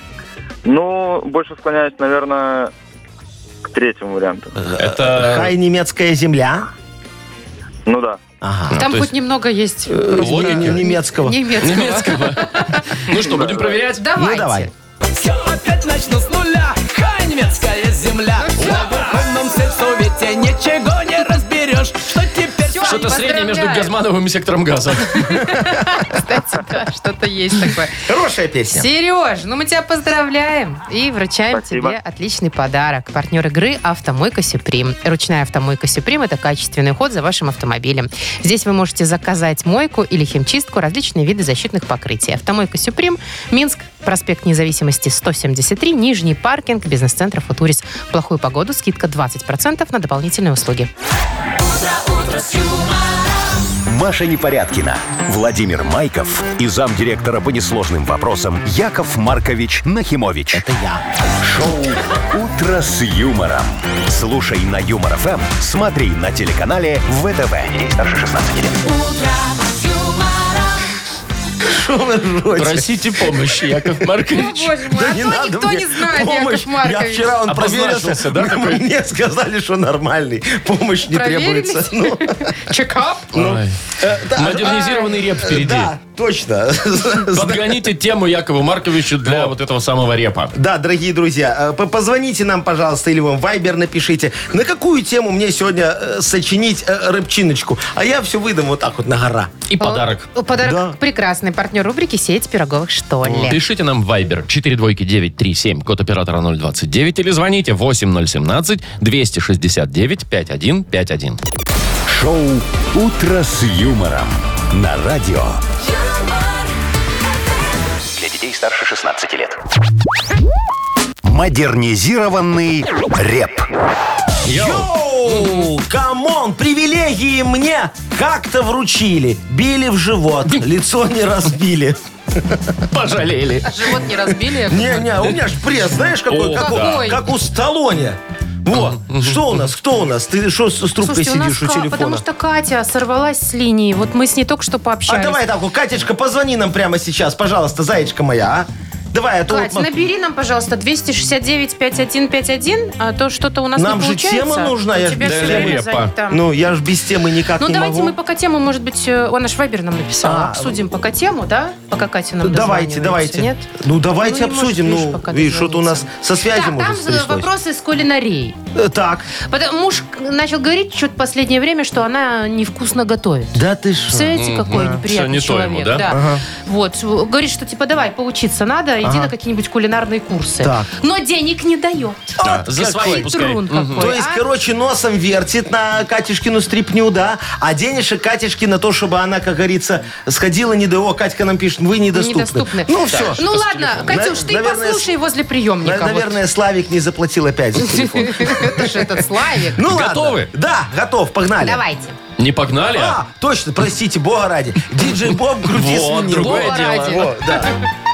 Ну, больше склоняюсь, наверное, к третьему варианту. Это Хай, немецкая земля. Ну да. Ага. Там то хоть есть- немного есть логики. Не- Немецкого. немецкого. немецкого. Ну что, будем проверять? Давайте. Ну, давай. Все опять начну с нуля. Хай, немецкая земля. На Верховном сельсовете ничего не разберешь. Что теперь? Что-то среднее между Поздравляю. Газмановым и сектором газа. Кстати, да, что-то есть такое. Хорошая песня. Сереж, ну мы тебя поздравляем и вручаем Спасибо. тебе отличный подарок. Партнер игры «Автомойка Сюприм». Ручная «Автомойка Сюприм» — это качественный уход за вашим автомобилем. Здесь вы можете заказать мойку или химчистку, различные виды защитных покрытий. «Автомойка Сюприм», Минск, Проспект Независимости, сто семьдесят три, Нижний паркинг, бизнес-центр «Футурис». В плохую погоду скидка двадцать процентов на дополнительные услуги. Маша Непорядкина, Владимир Майков и замдиректора по несложным вопросам Яков Маркович Нахимович. Это я. Шоу «Утро с юмором». Слушай на Юмор ФМ, смотри на телеканале ВТВ. Ей старше шестнадцати лет. Что вы ржете? Просите помощи, Яков Маркович. Боже мой, а то никто мне не знает, помощь. Яков Маркович. Я вчера он Обозначился, проверился, да, какой? мне сказали, что нормальный. Помощь не Проверились? требуется. Ну, Чекап? Ой. э, да, Модернизированный реп впереди. Да, точно. Подгоните тему Якову Марковичу для вот этого самого репа. Да, дорогие друзья, э, позвоните нам, пожалуйста, или вам вайбер напишите, на какую тему мне сегодня э, сочинить э, рыбчиночку. А я все выдам вот так вот на гора. И подарок. О, Подарок Да. прекрасный. Партнер рубрики «Сеть пироговых, что ли». Пишите нам в Viber четыре двойки девять три семь, код оператора ноль двадцать девять, или звоните восемь ноль семнадцать двести шестьдесят девять пятьдесят один пятьдесят один. Шоу «Утро с юмором» на радио. Для детей старше шестнадцати лет. Модернизированный реп. Йоу, камон, привилегии мне как-то вручили. Били в живот, лицо не разбили. Пожалели. А живот не разбили? Яков Маркович? Не-не, у меня ж пресс, знаешь, какой, О, как, да. у, как у Сталлоне. Вот, что у нас, кто у нас? Ты что с, с трубкой Слушайте, у нас сидишь у Ка- телефона? потому что Катя сорвалась с линии. Вот мы с ней только что А пообщались. давай так, вот, Катечка, позвони нам прямо сейчас, пожалуйста, зайчка моя, а? Давай, а то Кать, вот мы- набери нам, пожалуйста, двести шестьдесят девять пятьдесят один пятьдесят один, а то что-то у нас Нам не же получается. тема нужна, У я ж тебя без все темы. время Репа. занято. Ну, я ж без темы никак Ну, не давайте могу. мы пока тему, может быть, э, он наш Вайбер нам написал. А, Обсудим пока тему, да? Пока Катя нам Давайте, дозванивается, давайте. Нет? Ну, давайте Ну, не может, обсудим. видишь, ну, пока видишь, что-то у нас дозвониться. со связью, Так, может, там стряслось. вопросы с кулинарией. Э, Так. Потому- Муж начал говорить что-то в последнее время, что она невкусно готовит. Да ты что? Представляете, какой Всё неприятный не то ему, человек. да? Ага. Вот. Говорит, что типа давай, поучиться надо, иди на какие-нибудь кулинарные курсы. Так. Но денег не дает. Да, за свои пускай. Хитрун какой, То есть, а? короче, носом вертит на Катюшкину стряпню, да, а денежек Катюшки на то, чтобы она, как говорится, сходила не до... О, Катька нам пишет, вы недоступны. Недоступны. Ну, все. Ну ладно, Катюш, ты наверное, послушай возле приемника. вот. Наверное, Славик не заплатил опять за телефон. Это же этот Славик. Ну ладно. Готовы? Да, готов, погнали. Давайте. Не погнали? А, точно, простите, бога ради. Диджей Боб, крути Вот, свинину. другое Бога дело. ради. Во, да.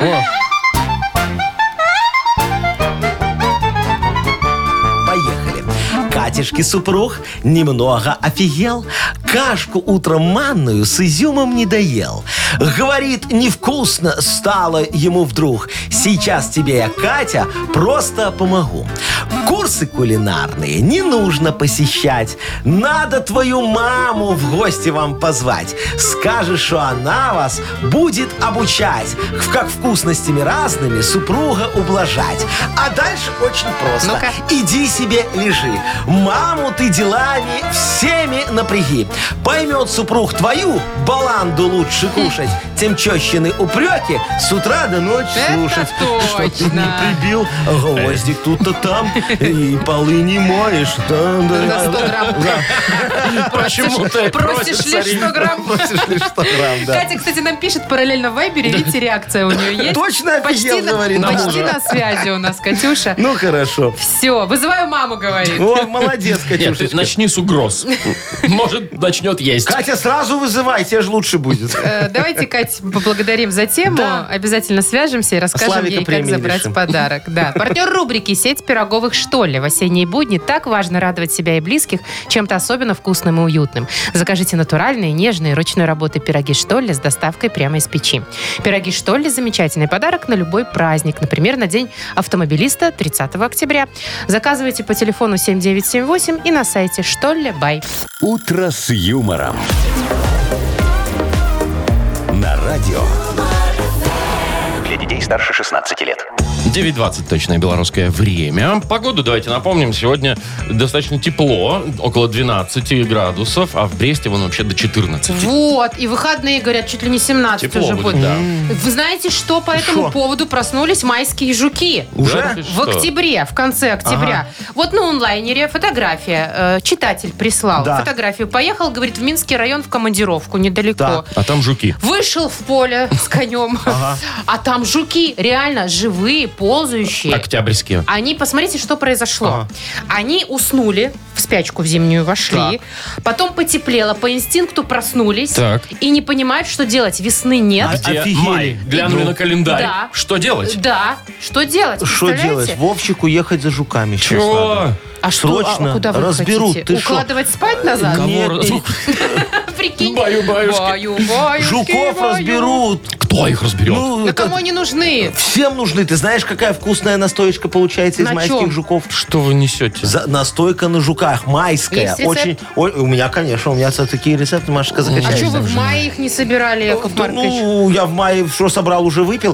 Поехали. Катюшки супруг немного офигел. Кашку утром манную с изюмом не доел. Говорит, невкусно стало ему вдруг. Сейчас тебе я, Катя, просто помогу. Курсы кулинарные не нужно посещать. Надо твою маму в гости вам позвать. Скажешь, что она вас будет обучать, в как вкусностями разными супруга ублажать. А дальше очень просто. Ну-ка. Иди себе лежи. Маму ты делами всеми напряги. Поймет супруг твою баланду лучше кушать, тем чещены упреки с утра до ночи Это слушать. Что ты точно. не прибил гвоздик тут-то там, и полы не моешь. Да, да, На сто грамм. Почему ты Просишь против лишь царевны? сто грамм. Просишь лишь сто грамм, да. Катя, кстати, нам пишет параллельно в Вайбере. Видите, реакция у нее есть? Точно Почти офигел, на, говорит, почти мужа. на связи у нас, Катюша. Ну, хорошо. Все, вызываю маму, говорит. О, молодец, Нет, ты Катюшечка. начни с угроз. Может, начнет есть. Катя, сразу вызывай, тебе же лучше будет. Э, Давайте, Кать, поблагодарим за тему. Да. Обязательно свяжемся и расскажем Славика ей, как премии забрать лишим. подарок. Да. Партнер рубрики «Сеть пироговых, что ли». В осенние будни так важно радовать себя и близких чем-то особенно вкусным и уютным. Закажите натуральные, нежные, ручной работы пироги «Что ли» с доставкой прямо из печи. Пироги «Что ли» – замечательный подарок на любой праздник. Например, на День автомобилиста тридцатого октября. Заказывайте по телефону семь девять семь восемь и на сайте «Что ли?» Бай. «Утро с юмором». На радио. Для детей старше шестнадцати лет. девять двадцать точное белорусское время. Погоду давайте напомним. Сегодня достаточно тепло, около двенадцати градусов, а в Бресте вон вообще до четырнадцати. Вот, и выходные, говорят, чуть ли не семнадцать Тепло уже будет, будет. да. Вы знаете, что по этому Шо? поводу проснулись майские жуки? Уже? Да ты В что? октябре, в конце октября. Вот на онлайнере фотография. э, Читатель прислал Да. фотографию. Поехал, говорит, в Минский район в командировку, недалеко. Так. А там жуки. Вышел в поле с конем. А там жуки, реально живые, ползающие. Октябрьские. Они, посмотрите, что произошло. Они уснули, в спячку в зимнюю вошли. Потом потеплело, по инстинкту проснулись. Так. И не понимают, что делать. Весны нет. А- Где Офигели. май? Глянули Ну. на календарь. Да. Что делать? Да. Что делать? Что Представляете? делать? Вовчику ехать за жуками сейчас Чего? надо. А что, Срочно а куда вы разберут. хотите? Ты шо? Укладывать спать назад? Кого Нет, раз- Прикинь. Баю-баюшки. Баю-баюшки, Жуков баю. разберут. Кто их разберет? Ну, Да это кому они нужны? всем нужны. Ты знаешь, какая вкусная настоечка получается из На майских чем? жуков? Что вы несете? За- настойка на жуках, майская. Есть рецепт? Очень, ой, у меня, конечно, у меня такие рецепты, Машечка, А закачаешь. что вы в мае их не собирали, Яков Да, Маркович? ну, я в мае что собрал, уже выпил.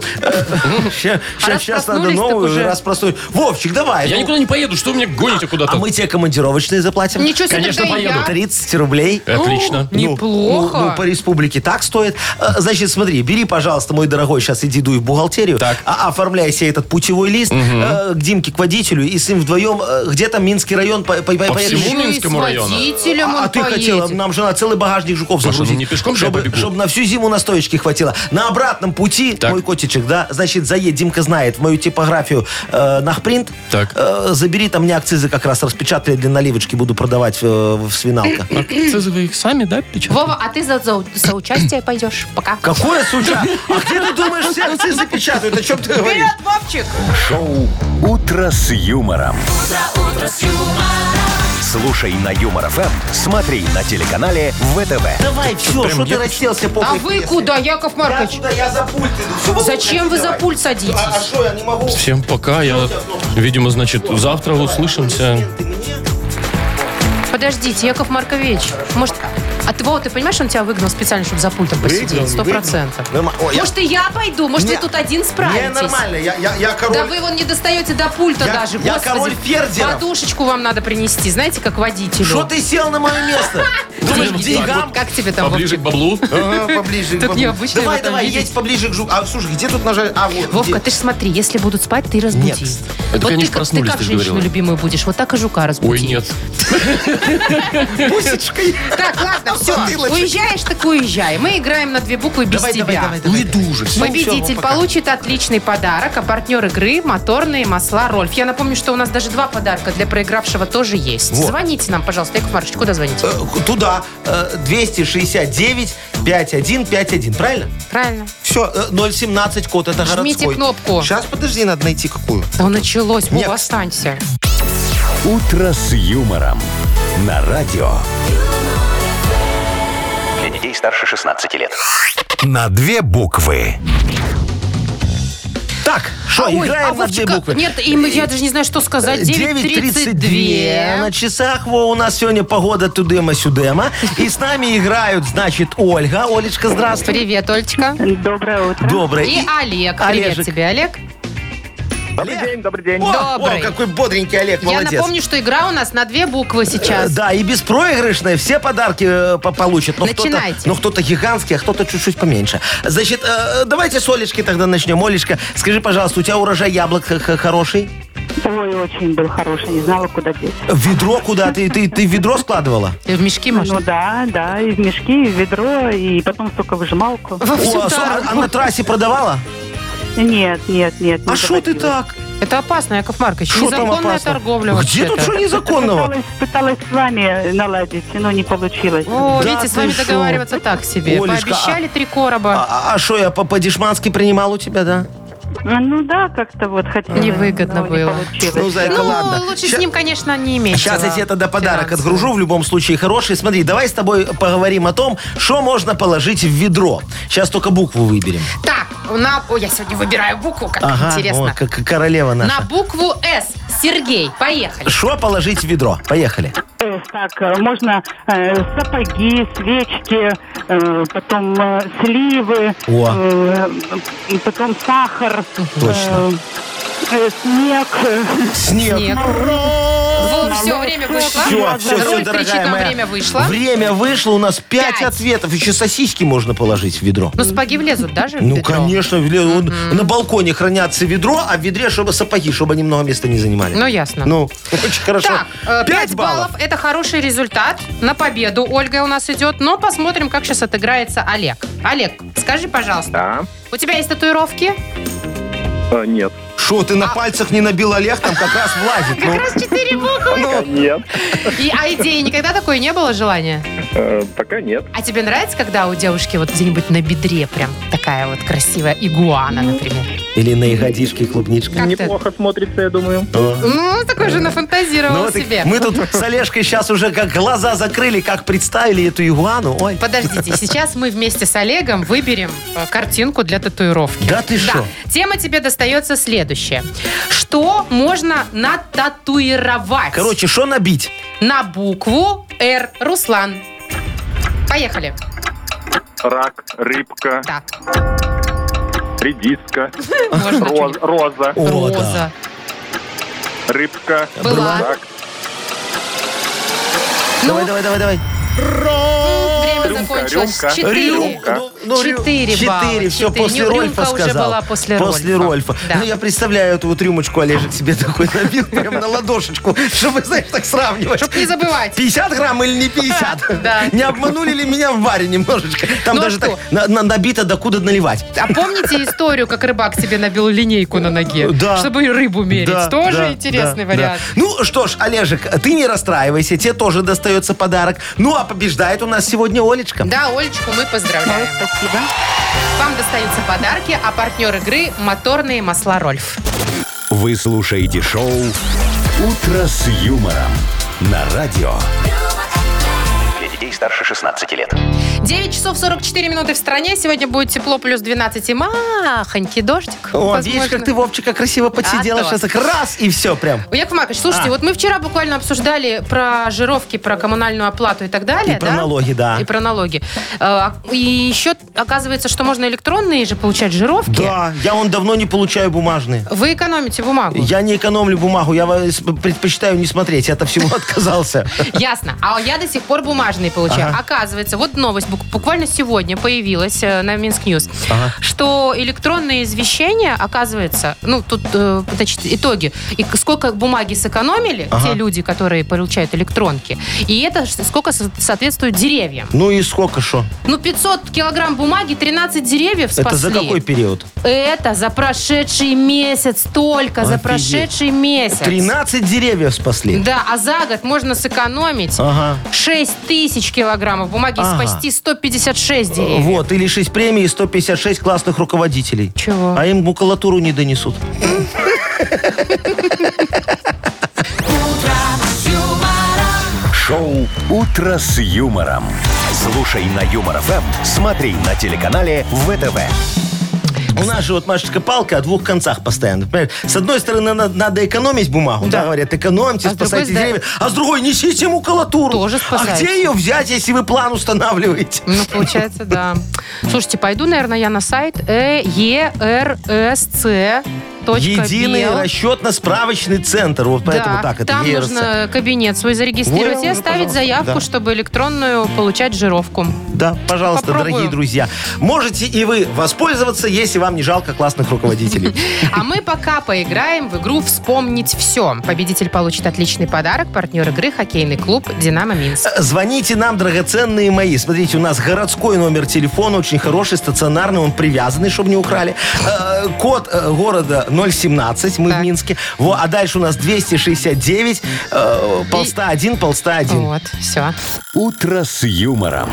раз Сейчас надо проснулись, так новую, уже- раз простой. Вовчик, давай. Я ну. никуда не поеду. Что вы меня гоните А куда-то? мы тебе командировочные заплатим? Ничего себе, Конечно, тогда и поеду. я. тридцать рублей. Отлично. Ну, Неплохо. Ну, ну, по республике так стоит. А, Значит, смотри, бери, пожалуйста, мой дорогой, сейчас иди дуй в бухгалтерию, Так. а, оформляй себе этот путевой лист э, к Димке, к водителю, и с ним вдвоем, э, где там Минский район, по, по, По поедешь? всему Ну и Минскому с району? водителем А, он а ты поедет. хотела, нам же надо целый багажник жуков Маша, загрузить. ну не пешком же я чтобы, побегу. чтобы на всю зиму настоечки хватило. На обратном пути, Так. мой котичек, да, значит, заедь, Димка знает, в мою типографию э, Нахпринт, Так. э, забери, там мне акцизы как раз распечатали для наливочки, буду продавать в, в свиналка. Акцизы вы их сами, да, печатаете? Вова, а ты за, за, за участие пойдешь? Пока. Какое суча? А где ты думаешь, все акцизы печатают? О чем ты говоришь? Вперед, Вовчик! Шоу «Утро с юмором». Слушай на Юмор ФМ, смотри на телеканале ВТВ. Давай, все, прям что ты я- расселся по А вы куда, Яков Я Маркович? туда, я за пульт иду. Всё, Зачем вы за давай. пульт садитесь? А что, я не могу? Всем пока. Я, видимо, значит, завтра услышимся. Подождите, Яков Маркович. Может, а ты, Вова, ты понимаешь, он тебя выгнал специально, чтобы за пультом посидеть? Сто процентов. Норма- Ой, я- Может, и я пойду? Может, Не- вы тут один справитесь? Не, нормально, я, я, я король. Да вы вон не достаете до пульта Я- даже, я господи. король Фердинанд. Подушечку вам надо принести, знаете, как водителю. Что ты сел на мое место? Думаешь, к Деньги. деньгам? Как тебе там, Поближе к Вовчик? баблу. Ага, поближе к Так баблу. необычно Давай, его там давай, видеть. едь поближе к жуку. А, слушай, где тут нажать? А, вот. Вовка, где? ты ж смотри, если будут спать, ты разбуди. Нет. Это, вот конечно, ты, как- проснулись, ты как ты же женщину говорила. любимую будешь, вот так и жука разбуди. Ой, нет. Пусечкой. Так, ладно, все. Затылочек. Уезжаешь, так уезжай. Мы играем на две буквы без Давай, тебя. давай, давай, давай. Уйду уже. всё. Победитель всё, пока. получит отличный подарок, а партнер игры — моторные масла «Рольф». Я напомню, что у нас даже два подарка для проигравшего тоже есть. Вот. Звоните нам, пожалуйста. Яков Маркович, куда звоните? Э, Туда. э, двести шестьдесят девять пятьдесят один пятьдесят один, правильно? Правильно. Все, ноль семнадцать код, это городской. Жмите кнопку. Сейчас, подожди, надо найти какую. Да началось. Нет. Вова, останься. «Утро с юмором» на радио. Для детей старше шестнадцати лет. На две буквы. Так, что, А, ой, играем а на две Вовчика- буквы. Нет, и мы- я даже не знаю, что сказать. девять тридцать два. На часах, во, у нас сегодня погода тудема-сюдема. И с нами играют, значит, Ольга. Олечка, здравствуй. Привет, Олечка. Доброе утро. Доброе. И Олег. Привет Олежек. тебе, Олег. Добрый день, добрый день. О, Добрый. о, какой бодренький Олег, Я молодец. напомню, что игра у нас на две буквы Э, сейчас. Да, и беспроигрышные все подарки э, по- получат. Но кто-то, Начинайте. но кто-то гигантский, а кто-то чуть-чуть поменьше. Значит, э, давайте с Олечки тогда начнем. Олечка, скажи, пожалуйста, у тебя урожай яблок х- х- хороший? Ой, очень был хороший, не знала, куда деть. В ведро куда? Ты, ты, ты в ведро складывала? В мешки, может? Ну да, да, и в мешки, и в ведро, и потом только выжималку. Во всю О, а, дорогу. а на трассе продавала? Нет, нет, нет. не А что ты доводилось. так? Это опасно, Яков Маркович. Шо там Незаконная опасно? торговля Где вообще-то. тут что незаконного? Пыталась, пыталась с вами наладить, но не получилось. О, Да видите, с ты вами шо? договариваться так себе. Олечка, Пообещали три короба. А что, я по- по-дешмански принимал у тебя, да? Ну да, как-то вот хотела. Невыгодно но не было. получилось. Ну, за это Ну, ладно. лучше Ща- с ним, конечно, не иметь. Сейчас я дела тебе тогда подарок финансового. отгружу, в любом случае хороший. Смотри, давай с тобой поговорим о том, что можно положить в ведро. Сейчас только букву выберем. Так, на... Ой, я сегодня выбираю букву, как интересно. о, как королева наша. На букву «С». Сергей, поехали. Что положить в ведро? Поехали. Э, Так, э, можно э, сапоги, свечки, э, потом э, сливы, О. э, и потом сахар. Точно. э, Э, снег. Снег. Снег. Во, все, время вышло. Все, все, все, Роль дорогая кричит, нам моя. время вышло. Время вышло, у нас пять Пять. ответов. Еще сосиски можно положить в ведро. Ну, сапоги влезут даже в Ну, ведро? конечно, вле- он- на балконе хранятся ведро, а в ведре, чтобы сапоги, чтобы они много места не занимали. Ну, ясно. Ну, очень хорошо. Так, э, Пять пять баллов. Это хороший результат. На победу Ольга у нас идет. Но посмотрим, как сейчас отыграется Олег. Олег, скажи, пожалуйста, Да. у тебя есть татуировки? А, нет. Шо, ты на пальцах не набил Олег, там как раз влазит. Как Ну, раз четыре буквы. ну, Нет. И, а идеи никогда такой не было желания? Э, пока нет. А тебе нравится, когда у девушки вот где-нибудь на бедре прям такая вот красивая игуана, например? Или на ягодишке клубничка. Как ты? Неплохо смотрится, я думаю. Ну, такой же Ну, нафантазировал вот и себе. мы тут с Олежкой сейчас уже как глаза закрыли, как представили эту игуану. Ой. Подождите, сейчас мы вместе с Олегом выберем э, картинку для татуировки. Да ты шо? Тема тебе достается следующая. Что можно нататуировать? Короче, что набить? На букву Р. Руслан. Поехали. Рак, рыбка, Так, редиска, можно роз- что-нибудь. роза, О, Роза. рыбка. Была. Так, Давай, Ну, давай, давай, давай. время Рюмка, закончилось. рюмка. Четыре. Рюмка. Ну, ну, рю- Четыре балла. Четыре, все, Четыре. после Ну, Рольфа рюмка уже сказал. была после После Рольфа. Рольфа. Да. Ну, я представляю эту вот рюмочку, Олежек себе такой набил, прям на ладошечку, чтобы, знаешь, так сравнивать. Чтоб не забывать. пятьдесят грамм или не пятьдесят? Да. Не обманули ли меня в баре немножечко? Там Ну, а даже что? так на- на- набито, докуда наливать. А помните историю, как рыбак себе набил линейку на ноге? Да. Чтобы рыбу мерить. Да, Тоже да, интересный да, вариант. да. Ну что ж, Олежек, ты не расстраивайся, тебе тоже достается подарок. Ну а побеждает у нас сегодня Олечка. Да, Олечку мы поздравляем. Спасибо. Вам достаются подарки, а партнер игры – моторные масла «Рольф». Вы слушаете шоу «Утро с юмором» на радио. Для детей старше шестнадцати лет. девять часов сорок четыре минуты в стране. Сегодня будет тепло плюс двенадцать и махонький дождик. О, возможно. видишь, как ты, Вовчика, красиво подсидела. А то. Сейчас так раз, и все прям. Яков Маркович, слушайте, А. вот мы вчера буквально обсуждали про жировки, про коммунальную оплату и так далее. И про да? налоги, да. И про налоги. Э, И еще оказывается, что можно электронные же получать жировки. Да, я вон давно не получаю бумажные. Вы экономите бумагу. Я не экономлю бумагу, я вас предпочитаю не смотреть, я от всего отказался. Ясно. А я до сих пор бумажные получаю. Ага. Оказывается, вот новость бук- буквально сегодня появилась э, на Минск Ньюс, Ага. что электронные извещения, оказывается, ну, тут, э, значит, итоги, и к- сколько бумаги сэкономили Ага. те люди, которые получают электронки, и это ш- сколько со- соответствует деревьям. Ну и сколько шо? Ну, пятьсот килограмм бумаги, тринадцать деревьев спасли. Это за какой период? Это за прошедший месяц, только за Офигеть. прошедший месяц. тринадцать деревьев спасли. Да, а за год можно сэкономить Ага. шесть тысяч килограммов бумаги и Ага. спасти сто пятьдесят шесть деревьев. Вот, и лишить премии сто пятьдесят шесть классных руководителей. Чего? А им макулатуру не донесут. Шоу «Утро с юмором». Слушай на Юмор ФМ, смотри на телеканале ВТВ. У нас же вот, Машечка, палка о двух концах постоянно. Понимаешь? С одной стороны, надо, надо экономить бумагу, да. Да. говорят, экономьте, А с спасайте другой, деревья. А с другой, несите макулатуру. Тоже А спасайте. где ее взять, если вы план устанавливаете? Ну, получается, да. Слушайте, пойду, наверное, я на сайт э е эр эс цэ точка Единый бел. расчетно-справочный центр. Вот поэтому Да, так это там е эр эс. нужно кабинет свой зарегистрировать Ой, и ну, оставить пожалуйста, заявку, да. чтобы электронную получать жировку. Да, пожалуйста, Попробую. дорогие друзья. Можете и вы воспользоваться, если вам не жалко классных руководителей. А мы пока поиграем в игру «Вспомнить все». Победитель получит отличный подарок. Партнер игры – хоккейный клуб «Динамо Минск». Звоните нам, драгоценные мои. Смотрите, у нас городской номер телефона, очень хороший, стационарный, он привязанный, чтобы не украли. Э, Код э, города ноль семнадцать, мы Так. в Минске. Во, а дальше у нас двести шестьдесят девять, э, полста один, полста один. Вот, все. «Утро с юмором».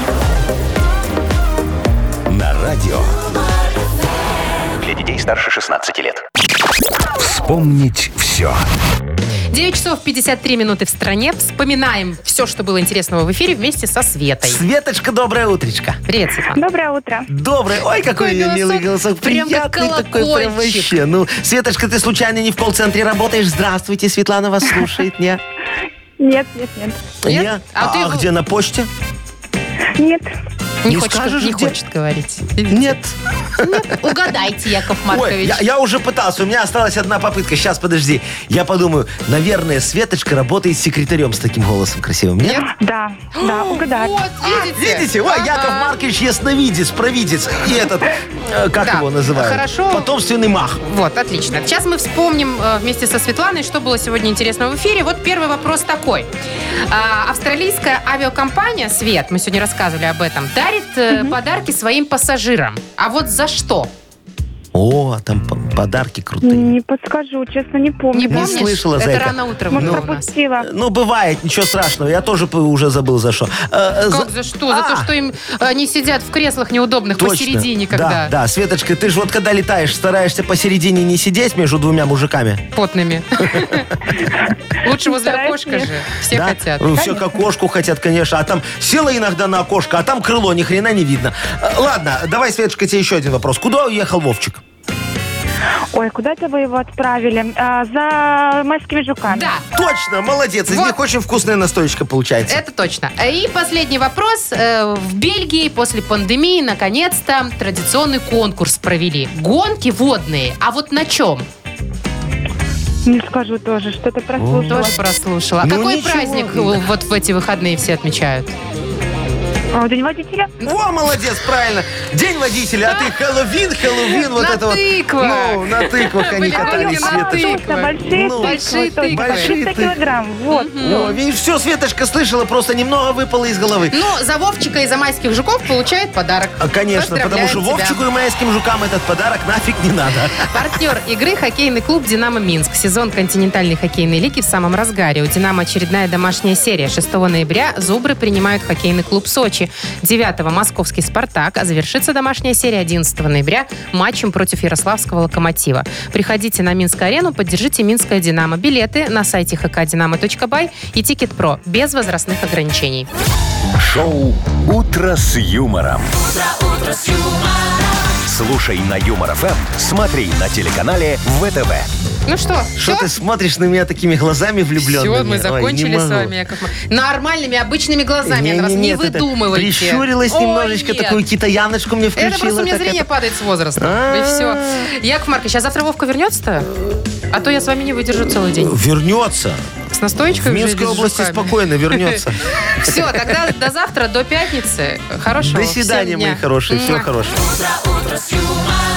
На радио. Для детей старше шестнадцати лет. Вспомнить все. девять часов пятьдесят три минуты в стране. Вспоминаем все, что было интересного в эфире вместе со Светой. Светочка, доброе утречко. Привет, Светлана. Доброе утро. Доброе. Ой, какой Какой у нее милый голосок. голосок. Прям как Приятный такой, прям колокольчик. вообще. Ну, Светочка, ты случайно не в колл-центре работаешь? Здравствуйте, Светлана вас слушает, не? Нет, нет, нет. Нет? Не? А А, ты а в- где, на почте? Нет. Не, Не хочет, скажешь, не где? хочет говорить. Нет. Угадайте, Яков Ой, Маркович. я, я уже пытался, у меня осталась одна попытка. Сейчас, подожди. Я подумаю, наверное, Светочка работает секретарем с таким голосом красивым. Нет? Нет? Да, да, угадали. Вот, видите? Видите? Ой, Ага. Яков Маркович ясновидец, провидец. И этот, э, как Да, его называют? хорошо. Потомственный мах. Вот, отлично. Сейчас мы вспомним э, вместе со Светланой, что было сегодня интересного в эфире. Вот первый вопрос такой. А, австралийская авиакомпания «Свет», мы сегодня рассказывали об этом, дарит э, подарки своим пассажирам. А вот за что? О, там п- подарки крутые. Не подскажу, честно, не помню. Не Не помнишь? слышала, Это зайка. рано утром Может, было у нас. пропустила. Ну, бывает, ничего страшного. Я тоже п- уже забыл за что. Э, э, Как за что? За то, А, что им они сидят в креслах неудобных точно. посередине, Да, когда да, Светочка, ты же вот когда летаешь, стараешься посередине не сидеть между двумя мужиками. потными. Лучше возле Стараюсь окошка нет. же. Все Да? хотят. Ну, все к окошку хотят, конечно. А там села иногда на окошко, а там крыло, ни хрена не видно. Э, Ладно, давай, Светочка, тебе еще один вопрос. Куда уехал Вовчик? Ой, куда-то вы его отправили? А, за майскими жуками. Да, Точно, молодец. Из Вот. них очень вкусная настоечка получается. это точно. И последний вопрос. Э, В Бельгии после пандемии наконец-то традиционный конкурс провели. Гонки водные. А вот на чем? Не скажу тоже, что-то прослушала. Тоже прослушала. А Ну, какой ничего. праздник э, вот в эти выходные все отмечают? А, День водителя? О, молодец, правильно. День водителя, а ты Хэллоуин, Хэллоуин, вот На это вот. тыквах. Ну, на тыквах они Были катались, гонки на Светочка. тыквах. Точно, большие Ну, большие тыквы. тыквы. Точно, Большие триста тыквы. килограмм. Вот. Ну, видишь, все, Светочка слышала, просто немного выпало из головы. Ну, за Вовчика и за майских жуков получает подарок. А, конечно, потому что Поздравляю тебя. Вовчику и майским жукам этот подарок нафиг не надо. Партнер игры — хоккейный клуб «Динамо Минск». Сезон континентальной хоккейной лиги в самом разгаре. У «Динамо» очередная домашняя серия. шестого ноября «Зубры» принимают хоккейный клуб «Сочи». девятого московский «Спартак». А завершится домашняя серия одиннадцатого ноября матчем против ярославского «Локомотива». Приходите на Минск-арену, поддержите «Минское Динамо». Билеты на сайте эйч кей динамо точка бай и Тикет.Про. Без возрастных ограничений. Шоу «Утро с юмором». Слушай на Юмор ФМ, смотри на телеканале ВТВ. Ну что, Что все? ты смотришь на меня такими глазами влюбленными? Все, мы Ой, закончили не с могу. вами, Яков Маркович. Нормальными, обычными глазами. Не, Я на вас не, не нет, это выдумывайте. Прищурилась Ой, немножечко, нет. такую китаяночку мне включила. Это просто у меня так зрение это. падает с возрастом. А. И все. Яков Маркович, а завтра Вовка вернется-то? А то я с вами не выдержу целый день. Вернется. С настоечкой В уже Минской или с области жуками? спокойно вернется. Все, тогда до завтра, до пятницы. Хорошего До свидания, всем дня. мои хорошие. Всего Муа. хорошего. Утро, утро с юмором.